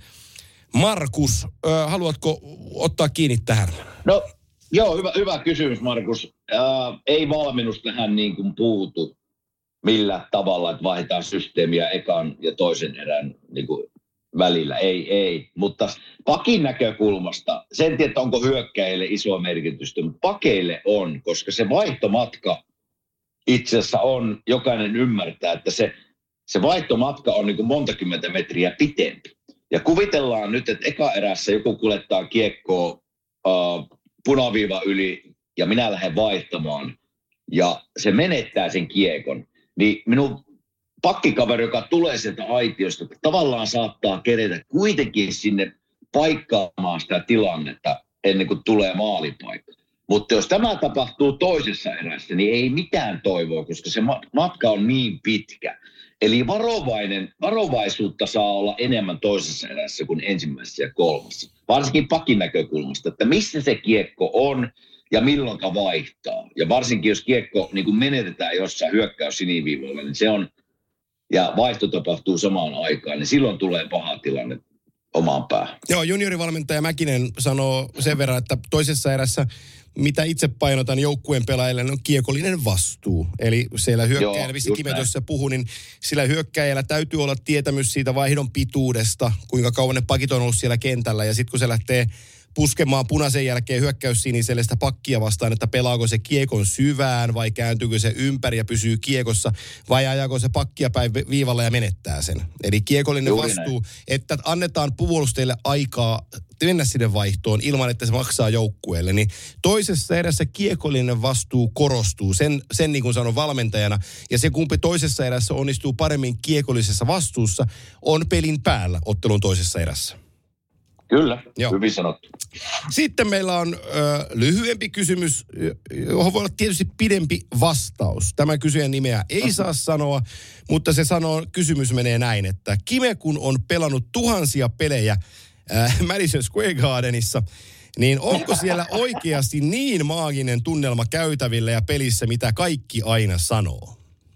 Markus, äh, haluatko ottaa kiinni tähän? No joo, hyvä, hyvä kysymys Markus. Äh, ei valmennus tähän niin kuin puutu. Millä tavalla, että vaihdetaan systeemiä ekan ja toisen erän niin kuin välillä. Ei, ei. Mutta pakin näkökulmasta, sen tiedä, onko hyökkäjille isoa merkitystä, mutta pakeille on, koska se vaihtomatka itse asiassa on, jokainen ymmärtää, että se, se vaihtomatka on niin kuin monta kymmentä metriä pitempi. Ja kuvitellaan nyt, että eka erässä joku kuljettaa kiekkoa uh, punaviiva yli ja minä lähden vaihtamaan ja se menettää sen kiekon. Niin minun pakkikaveri, joka tulee sieltä aitiosta, tavallaan saattaa kerätä kuitenkin sinne paikkaamaan sitä tilannetta ennen kuin tulee maalipaikka. Mutta jos tämä tapahtuu toisessa erässä, niin ei mitään toivoa, koska se matka on niin pitkä. Eli varovainen, varovaisuutta saa olla enemmän toisessa erässä kuin ensimmäisessä ja kolmassa. Varsinkin pakin näkökulmasta, että missä se kiekko on ja milloinka vaihtaa. Ja varsinkin jos kiekko niin kun menetetään jossain hyökkäys siniviivoilla, niin se on, ja vaihto tapahtuu samaan aikaan, niin silloin tulee paha tilanne omaan päähän. Joo, juniorivalmentaja Mäkinen sanoo sen verran, että toisessa erässä, mitä itse painotan joukkueen pelaajille, on kiekollinen vastuu. Eli siellä hyökkäjällä, missä Kime tuossa puhui, niin sillä hyökkäjällä täytyy olla tietämys siitä vaihdon pituudesta, kuinka kauan ne pakit on ollut siellä kentällä, ja sitten kun se lähtee puskemaan punaisen jälkeen hyökkäys siniselle sitä pakkia vastaan, että pelaako se kiekon syvään vai kääntyykö se ympäri ja pysyy kiekossa vai ajaako se pakkia päin viivalla ja menettää sen. Eli kiekollinen Juuri vastuu, näin. Että annetaan puolustajille aikaa mennä sinne vaihtoon ilman, että se maksaa joukkueelle. Niin toisessa erässä kiekollinen vastuu korostuu, sen, sen niin kuin sanon valmentajana. Ja se kumpi toisessa erässä onnistuu paremmin kiekollisessa vastuussa, on pelin päällä ottelun toisessa erässä. Kyllä, Joo. hyvin sanottu. Sitten meillä on ö, lyhyempi kysymys, johon voi olla tietysti pidempi vastaus. Tämä kysyjän nimeä ei saa sanoa, mutta se sanoo, kysymys menee näin, että Kime kun on pelannut tuhansia pelejä äh, Madison Square Gardenissa, niin onko siellä oikeasti niin maaginen tunnelma käytävillä ja pelissä, mitä kaikki aina sanoo?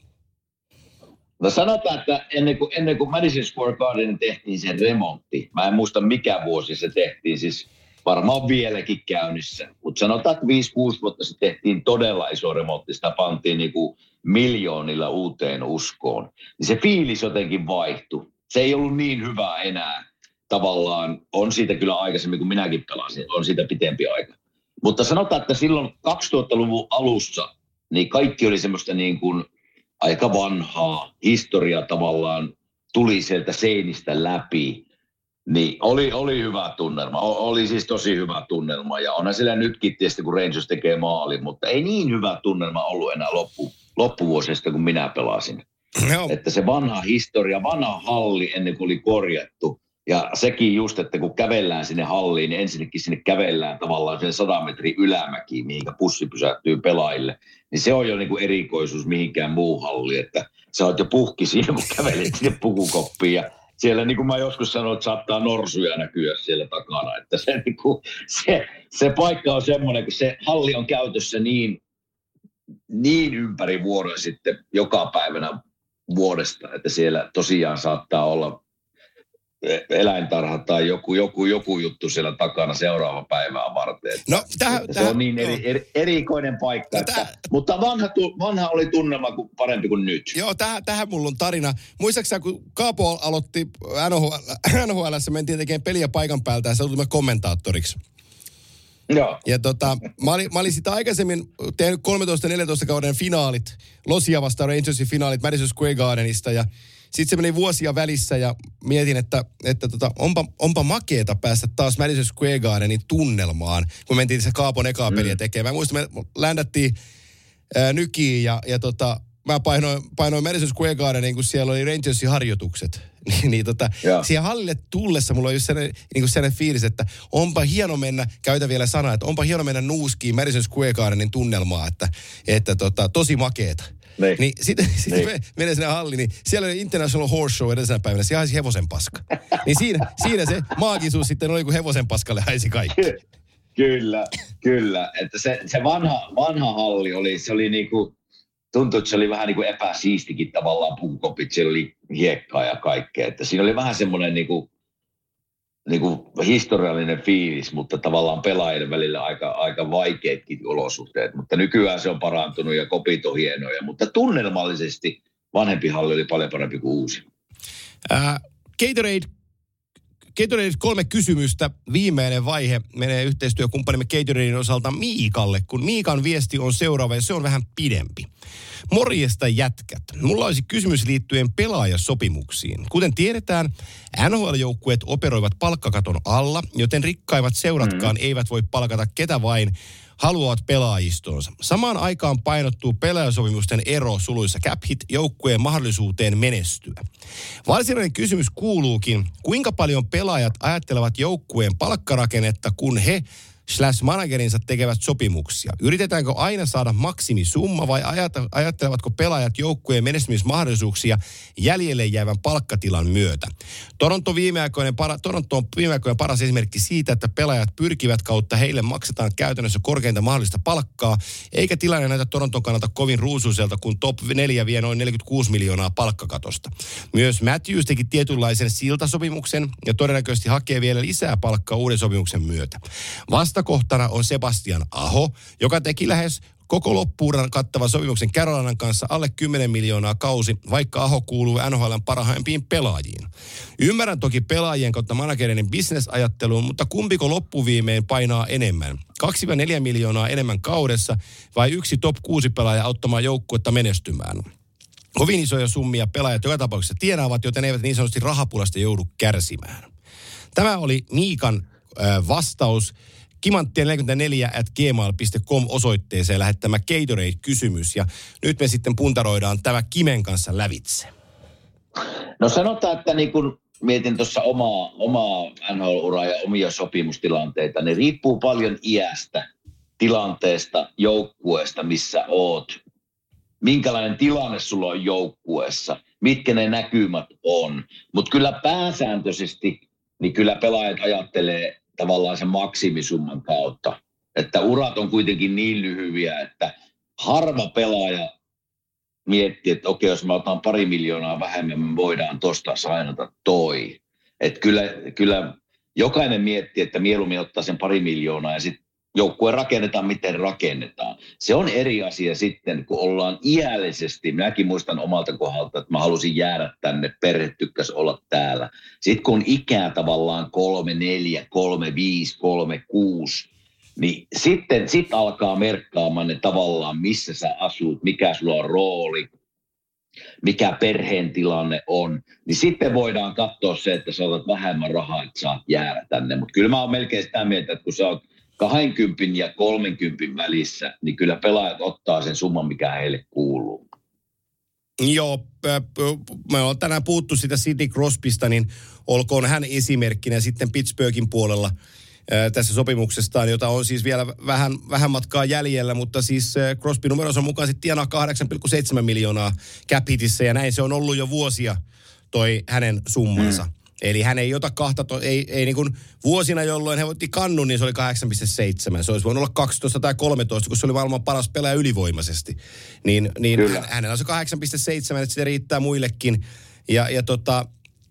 No sanotaan, että ennen kuin, ennen kuin Madison Square Garden tehtiin sen remontti, mä en muista mikä vuosi se tehtiin, siis varmaan vieläkin käynnissä, mutta sanotaan, että viisi kuusi vuotta se tehtiin todella iso remontti, sitä pantiin niin kuin miljoonilla uuteen uskoon, niin se fiilis jotenkin vaihtui. Se ei ollut niin hyvä enää tavallaan, on siitä kyllä aikaisemmin kuin minäkin pelasin, on siitä pitempi aika. Mutta sanotaan, että silloin kaksituhattaluvun alussa niin kaikki oli semmoista niin kuin aika vanhaa, historia tavallaan tuli sieltä seinistä läpi, niin oli, oli hyvä tunnelma. O, oli siis tosi hyvä tunnelma ja onhan siellä nytkin tietysti, kun Rangers tekee maalin, mutta ei niin hyvä tunnelma ollut enää loppu, loppuvuosista, kun minä pelasin. No. Että se vanha historia, vanha halli ennen kuin oli korjattu. Ja sekin just, että kun kävellään sinne halliin, niin ensinnäkin sinne kävellään tavallaan sen sadan metrin ylämäkiin, mihinkä pussi pysähtyy pelaajille. Niin se on jo niin kuin erikoisuus mihinkään muu halli, että sä oot jo puhki siinä, kun kävelet sinne pukukoppiin. Ja siellä, niin kuin mä joskus sanoin, että saattaa norsuja näkyä siellä takana. Että se, niin kuin, se, se paikka on semmoinen, kun se halli on käytössä niin, niin ympäri vuoden sitten joka päivänä vuodesta, että siellä tosiaan saattaa olla eläintarha tai joku, joku, joku juttu siellä takana seuraava päivää varten. No, täh, se täh, on niin eri, eri, erikoinen paikka. No, että, täh, mutta vanha, vanha oli tunnelma parempi kuin nyt. Joo, tähän, tähän mulla on tarina. Muistaakseni, kun Kaapo aloitti N H L:ssä, mentiin tekemään peliä paikan päältä ja se tuli kommentaattoriksi. Joo. Ja tota, mä olin, mä olin sitä aikaisemmin tehnyt kolmetoista neljätoista kauden finaalit, Losia vastaan Rangersin finaalit Madison Square Gardenista ja sitten se meni vuosia välissä ja mietin, että, että tota, onpa, onpa makeeta päästä taas Madison Square Gardenin tunnelmaan, kun mentiin se Kaapon ekaa peliä mm. tekemään. Mä muistan, me ländättiin ää, nykiin ja, ja tota, mä painoin, painoin Madison Square Gardenin, kun siellä oli Rangersin harjoitukset. niin, niin tota, siihen hallille tullessa mulla on just sellainen, niin kuin sellainen fiilis, että onpa hieno mennä, käytä vielä sanaa, että onpa hieno mennä nuuskiin Madison Square Gardenin tunnelmaa, että, että tota, tosi makeeta. Niin, niin sitten sit niin. menee sinne halliin, niin siellä oli International Horse Show edellisenä päivänä, se haisi hevosen paska. Niin siinä, siinä se maagisuus sitten oli, kun hevosen paskalle haisi kaikki. Kyllä, kyllä. Että se, se vanha, vanha halli oli, se oli niinku, tuntui, että se oli vähän niin kuin epäsiistikin tavallaan pukukopit, siellä oli hiekkaa ja kaikkea. Että siinä oli vähän semmoinen niinku, niinku historiallinen fiilis, mutta tavallaan pelaajien välillä aika, aika vaikeatkin olosuhteet. Mutta nykyään se on parantunut ja kopit on hienoja, mutta tunnelmallisesti vanhempi halli oli paljon parempi kuin uusi. Äh, Gatorade, Gatorade kolme kysymystä. Viimeinen vaihe menee yhteistyökumppanimme Gatoraden osalta Miikalle, kun Miikan viesti on seuraava ja se on vähän pidempi. Morjesta jätkät. Mulla olisi kysymys liittyen pelaajasopimuksiin. Kuten tiedetään, N H L-joukkueet operoivat palkkakaton alla, joten rikkaimmat seuratkaan mm. eivät voi palkata ketä vain haluavat pelaajistoonsa. Samaan aikaan painottuu pelaajasopimusten ero suluissa cap hit joukkueen mahdollisuuteen menestyä. Varsinainen kysymys kuuluukin, kuinka paljon pelaajat ajattelevat joukkueen palkkarakennetta, kun he slash managerinsa tekevät sopimuksia? Yritetäänkö aina saada maksimisumma vai ajattelevatko pelaajat joukkueen menestymismahdollisuuksia jäljelle jäävän palkkatilan myötä? Toronto, viimeaikoinen para, Toronto on viimeaikoinen paras esimerkki siitä, että pelaajat pyrkivät kautta heille maksetaan käytännössä korkeinta mahdollista palkkaa, eikä tilanne näytä Toronton kannalta kovin ruusuiselta, kun top neljä vie noin neljäkymmentäkuusi miljoonaa palkkakatosta. Myös Matthews teki tietynlaisen siltasopimuksen ja todennäköisesti hakee vielä lisää palkkaa uuden sopimuksen myötä. Vastakohtana on Sebastian Aho, joka teki lähes koko loppuuran kattavan sopimuksen Carolinan kanssa alle kymmenen miljoonaa kausi, vaikka Aho kuuluu N H L:n parhaimpiin pelaajiin. Ymmärrän toki pelaajien kautta managereiden bisnesajatteluun, mutta kumpiko loppuviimein painaa enemmän? kaksi neljä miljoonaa enemmän kaudessa vai yksi top kuusi pelaaja auttamaan joukkuetta menestymään? Kovin isoja summia pelaajat joka tapauksessa tienaavat, joten eivät niin sanotusti rahapulasta joudu kärsimään. Tämä oli Miikan äh, vastaus kimanttia neljäkymmentäneljä at gmail piste com osoitteeseen lähettämä Gatorade-kysymys. Ja nyt me sitten puntaroidaan tämä Kimen kanssa lävitse. No sanotaan, että niin kun mietin tuossa omaa, omaa N H L-uraa ja omia sopimustilanteita, niin riippuu paljon iästä, tilanteesta, joukkueesta, missä oot. Minkälainen tilanne sulla on joukkueessa, mitkä ne näkymät on. Mutta kyllä pääsääntöisesti, niin kyllä pelaajat ajattelee tavallaan sen maksimisumman kautta. Että urat on kuitenkin niin lyhyviä, että harva pelaaja miettii, että okei, jos me otan pari miljoonaa vähemmän, me voidaan tosta sainata toi. Että kyllä, kyllä jokainen miettii, että mieluummin ottaa sen pari miljoonaa ja sitten joukkue rakennetaan, miten rakennetaan. Se on eri asia sitten, kun ollaan iällisesti. Minäkin muistan omalta kohdalta, että mä halusin jäädä tänne, perhe tykkäsi olla täällä. Sitten kun on ikää tavallaan kolme, neljä, kolme, viisi, kolme, kuusi, niin sitten sit alkaa merkkaamaan ne tavallaan, missä sä asut, mikä sulla on rooli, mikä perheen tilanne on. Niin sitten voidaan katsoa se, että sä otat vähemmän rahaa, että saat jäädä tänne. Mutta kyllä mä oon melkein sitä mieltä, että kun sä oot kaksikymmentä ja kolmekymmentä välissä, niin kyllä pelaajat ottaa sen summan, mikä heille kuuluu. Joo, me ollaan tänään puhuttu sitä Sidney Crosbysta, niin olkoon hän esimerkkinä sitten Pittsburghin puolella ää, tässä sopimuksestaan, jota on siis vielä vähän, vähän matkaa jäljellä, mutta siis ää, Crosby numeronsa mukaan sitten tienaa kahdeksan pilkku seitsemän miljoonaa cap hitissä, ja näin se on ollut jo vuosia toi hänen summansa. Mm. Eli hän ei ota kahta, to, ei, ei niin kuin vuosina, jolloin he voitti kannun, niin se oli kahdeksan pilkku seitsemän. Se olisi voinut olla kaksitoista tai kolmetoista, kun se oli maailman paras pelaaja ylivoimaisesti. Niin, niin hän, hänellä on se kahdeksan pilkku seitsemän, että sitä riittää muillekin. Ja, ja tota,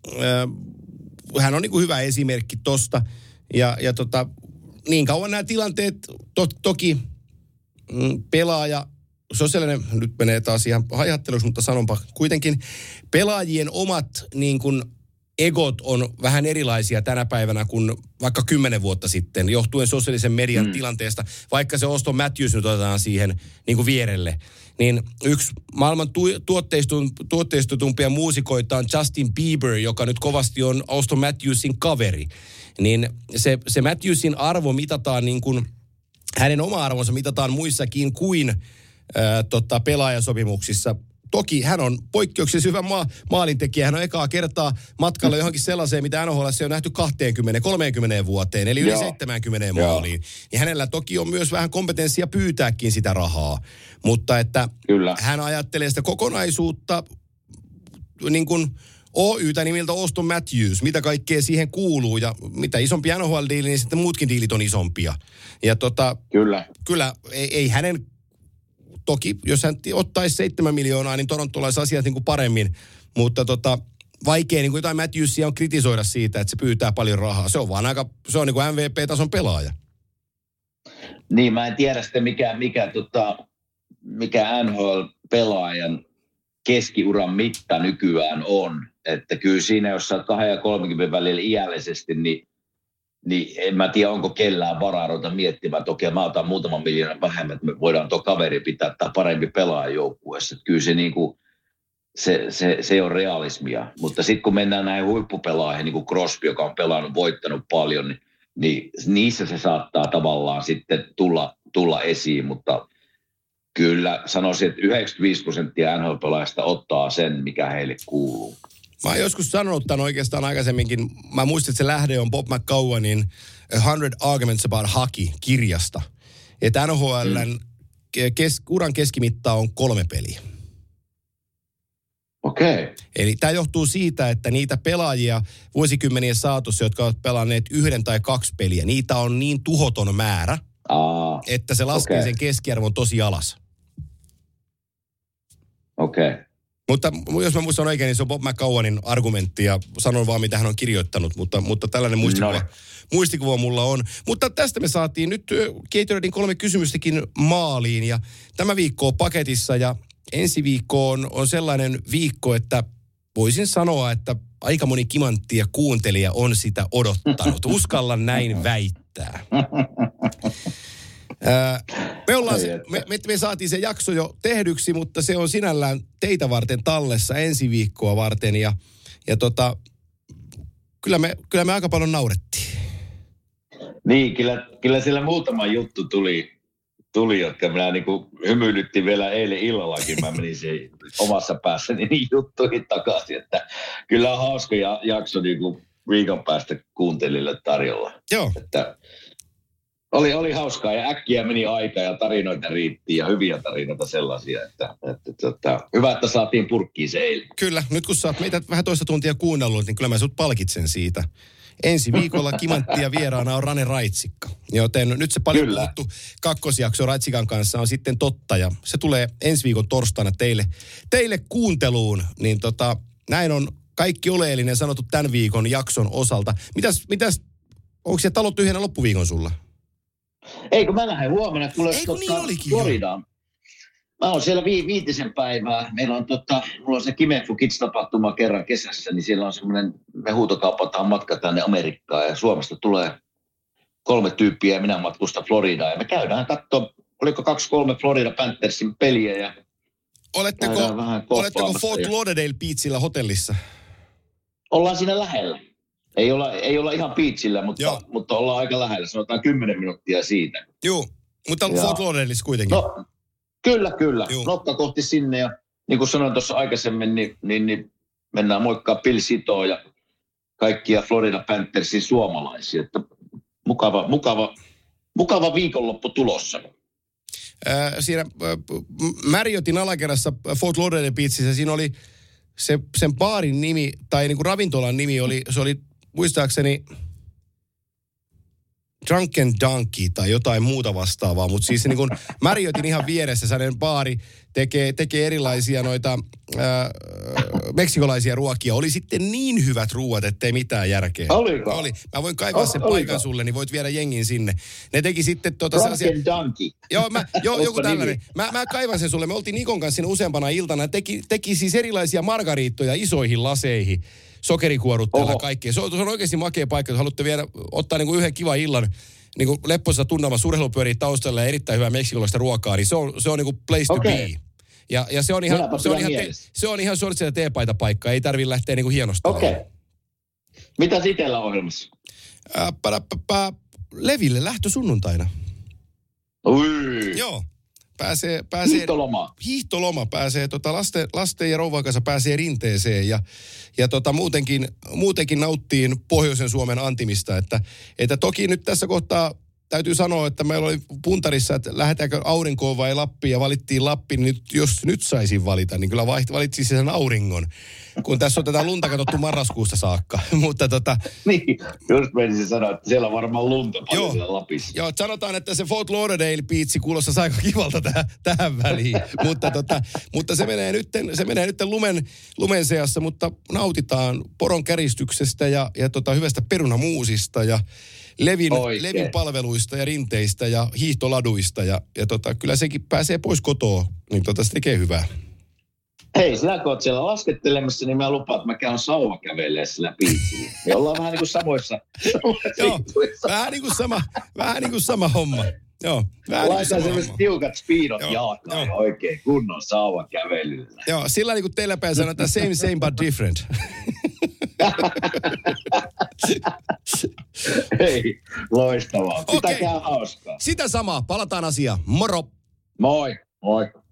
äh, hän on niin kuin hyvä esimerkki tosta. Ja, ja tota, niin kauan nämä tilanteet, to, toki mm, pelaaja, sosiaalinen, nyt menee taas ihan hajatteluksi, mutta sanonpa kuitenkin, pelaajien omat niin kuin egot on vähän erilaisia tänä päivänä kuin vaikka kymmenen vuotta sitten, johtuen sosiaalisen median mm. tilanteesta. Vaikka se Auston Matthews nyt otetaan siihen niin kuin vierelle. Niin yksi maailman tu- tuotteistun, tuotteistutumpia muusikoita on Justin Bieber, joka nyt kovasti on Auston Matthewsin kaveri. Niin se, se Matthewsin arvo mitataan niin kuin, hänen oma arvonsa mitataan muissakin kuin ää, tota, pelaajasopimuksissa. Toki hän on poikkeuksellisen hyvä maa, maalintekijä. Hän on ekaa kertaa matkalla johonkin sellaiseen, mitä N H L:ssä on nähty kaksikymmentä kolmekymmentä vuoteen, eli yli Joo. seitsemänkymmentä maaliin. Ja hänellä toki on myös vähän kompetenssia pyytääkin sitä rahaa. Mutta että Kyllä. hän ajattelee sitä kokonaisuutta, niin kuin O Y:tä nimiltä Auston Matthews, mitä kaikkea siihen kuuluu. Ja mitä isompi N H L-diili, niin sitten muutkin diilit on isompia. Ja tota, Kyllä, kyllä ei, ei hänen... Toki, jos hän ottaisi seitsemän miljoonaa, niin torontolaisi asiat niin kuin paremmin. Mutta tota, vaikea niin kuin jotain Matthewsia on kritisoida siitä, että se pyytää paljon rahaa. Se on vaan aika, se on niin kuin M V P-tason pelaaja. Niin, mä en tiedä sitten mikä, mikä, tota, mikä N H L-pelaajan keskiuran mitta nykyään on. Että kyllä siinä, jos sä oot kahden ja kolmenkymmenen välillä iällisesti, niin niin en mä tiedä, onko kellään varaa ruveta miettimään, että okei, mä otan muutaman miljoonan vähemmän, että me voidaan tuo kaveri pitää tai parempi pelaaja joukkueessa. Kyllä se, niin kuin, se, se, se on realismia. Mutta sitten kun mennään näihin huippupelaajiin, niin kuin Crosby, joka on pelannut, voittanut paljon, niin, niin niissä se saattaa tavallaan sitten tulla, tulla esiin. Mutta kyllä sanoisin, että yhdeksänkymmentäviisi prosenttia N H L-pelaajista ottaa sen, mikä heille kuuluu. Mä oon joskus sanonut tämän oikeastaan aikaisemminkin. Mä muistin, että se lähde on Bob McGowanin A Hundred Arguments About Hockey-kirjasta. Että N H L:n kes, uran keskimitta on kolme peliä. Okei. Okay. Eli tämä johtuu siitä, että niitä pelaajia vuosikymmenien saatossa, jotka ovat pelanneet yhden tai kaksi peliä, niitä on niin tuhoton määrä, Aa, että se laskee okay. sen keskiarvon tosi alas. Okei. Okay. Mutta jos mä muistan oikein, niin se on Bob McGowanin argumentti ja sanon vaan, mitä hän on kirjoittanut, mutta, mutta tällainen muistikuva, no. muistikuva mulla on. Mutta tästä me saatiin nyt Gatoraden kolme kysymystäkin maaliin ja tämä viikko on paketissa ja ensi viikko on, on sellainen viikko, että voisin sanoa, että aika moni kimantti ja kuuntelija on sitä odottanut. Uskallan näin väittää. Me, ollaan se, me, me, me saatiin se jakso jo tehdyksi, mutta se on sinällään teitä varten tallessa ensi viikkoa varten. Ja, ja tota, kyllä, me, kyllä me aika paljon naurettiin. Niin, kyllä, kyllä siellä muutama juttu tuli, tuli jotka minä niin kuin hymyilyttiin vielä eilen illallakin. Mä menin siihen omassa päässäni niin juttuihin takaisin, että kyllä on hauska jakso niin kuin viikon päästä kuuntelijoille tarjolla. Joo. Että Oli, oli hauskaa ja äkkiä meni aika ja tarinoita riitti ja hyviä tarinoita sellaisia, että, että, että hyvä, että saatiin purkkiin se eilen. Kyllä, nyt kun sä oot meitä vähän toista tuntia kuunnellut, niin kyllä mä sut palkitsen siitä. ensi viikolla Kimanttia vieraana on Rane Raitsikka. Joten nyt se paljon Kyllä. puhuttu kakkosjakso Raitsikan kanssa on sitten totta. Ja se tulee ensi viikon torstaina teille, teille kuunteluun. Niin tota, näin on kaikki oleellinen sanottu tämän viikon jakson osalta. Mitäs, mitäs onko siellä talo tyhjänä loppuviikon sulla? Eikö mä lähden huomenna kuule Eikö niin tota, olikin, Floridaan. Mä oon siellä vi- viitisen päivää. Meillä on tota, mulla on se Kimefu Kids-tapahtuma kerran kesässä, niin siellä on semmoinen, me huutokaupataan matka tänne Amerikkaan ja Suomesta tulee kolme tyyppiä ja minä matkustan Floridaan. Ja me käydään katsoa, oliko kaksi kolme Florida Panthersin peliä ja Oletteko, oletteko Fort Lauderdale Beachillä hotellissa? Ollaan siinä lähellä. Ei olla, ei olla ihan beachillä, mutta, mutta ollaan aika lähellä. Sanotaan kymmenen minuuttia siitä. Joo, mutta ja. Fort Lauderdaleissa kuitenkin. No, kyllä, kyllä. Juu. Nokka kohti sinne ja niin kuin sanoin tuossa aikaisemmin, niin, niin, niin mennään moikkaa Bill Sitoa ja kaikkia Florida Panthersin suomalaisia. Että mukava, mukava, mukava viikonloppu tulossa. Äh, siinä äh, Marriotin alakerrassa Fort Lauderdale Beachissä siinä oli se, sen baarin nimi, tai niinku ravintolan nimi oli, se oli muistaakseni Drunken Donkey tai jotain muuta vastaavaa, mutta siis niin kuin Marriotin ihan vieressä sellainen baari tekee, tekee erilaisia noita ää, meksikolaisia ruokia. Oli sitten niin hyvät ruuat, ettei mitään järkeä. Oliko? Oli. Mä voin kaivaa o, sen oliko? paikan sulle, niin voit viedä jengin sinne. Ne teki sitten tota Drunken sellaisia... Donkey. Joo, mä, jo, joku tällainen. Mä, mä kaivan sen sulle. Me oltiin Nikon kanssa siinä useampana iltana. Teki, teki siis erilaisia margariittoja isoihin laseihin. Sokerikuorutteella ja kaikkea. Se on, se on oikeasti makea paikka, jos haluatte vielä ottaa niinku yhden kivan illan niinku leppoisessa tunnelmassa urheilupyöriä taustalla ja erittäin hyvää meksikolaista ruokaa, niin se on, se on niinku place to okay. be. Ja, ja se on ihan, se on ihan, te, se on ihan sortsia teepaita paikka, ei tarvitse lähteä niinku hienostelemaan. Okei. Okay. Mitä itellä ohjelmassa? Äh, pä, pä, pä, Leville lähtö sunnuntaina. Ui. Joo. Pääsee, pääsee, hiihtoloma. Hiihtoloma pääsee, tota lasten, lasten ja rouvan kanssa pääsee rinteeseen ja, ja tota muutenkin, muutenkin nauttiin Pohjoisen Suomen antimista. Että, että toki nyt tässä kohtaa täytyy sanoa, että meillä oli puntarissa, että lähdetäänkö aurinkoon vai Lappiin ja valittiin Lappi, niin nyt, jos nyt saisin valita, niin kyllä valitsin sen auringon, kun tässä on tätä lunta katsottu marraskuusta saakka. Mutta tota... Niin, just menisin sanoa, että siellä on varmaan lunta paljon siellä Lapissa. Joo, sanotaan, että se Fort Lauderdale Beach kuulostaa aika kivalta tähän, tähän väliin, mutta, tota, mutta se menee nyt, se menee nyt lumen, lumen seassa, mutta nautitaan poron käristyksestä ja, ja tota, hyvästä perunamuusista ja Levin, Levin palveluista ja rinteistä ja hiihtoladuista ja, ja tota, kyllä sekin pääsee pois kotoa, niin tota, se tekee hyvää. Hei, sinä kun olet siellä laskettelemassa, niin mä lupaan, että mä käyn sauvakävelemään sillä biitsillä. Me ollaan vähän niin kuin samoissa. Joo, vähän niin kuin sama, vähän niin kuin sama homma. Joo, vähän Laitan niin sellaiset tiukat speedot jalkaan oikein kunnon sauvakävelyllä. Joo, sillä niin kuin teillä päin sanotaan same, same but different. Hei, loistavaa. Pitäkää hauskaa. Sitä samaa. Palataan asiaan. Moro. Moi. Moi.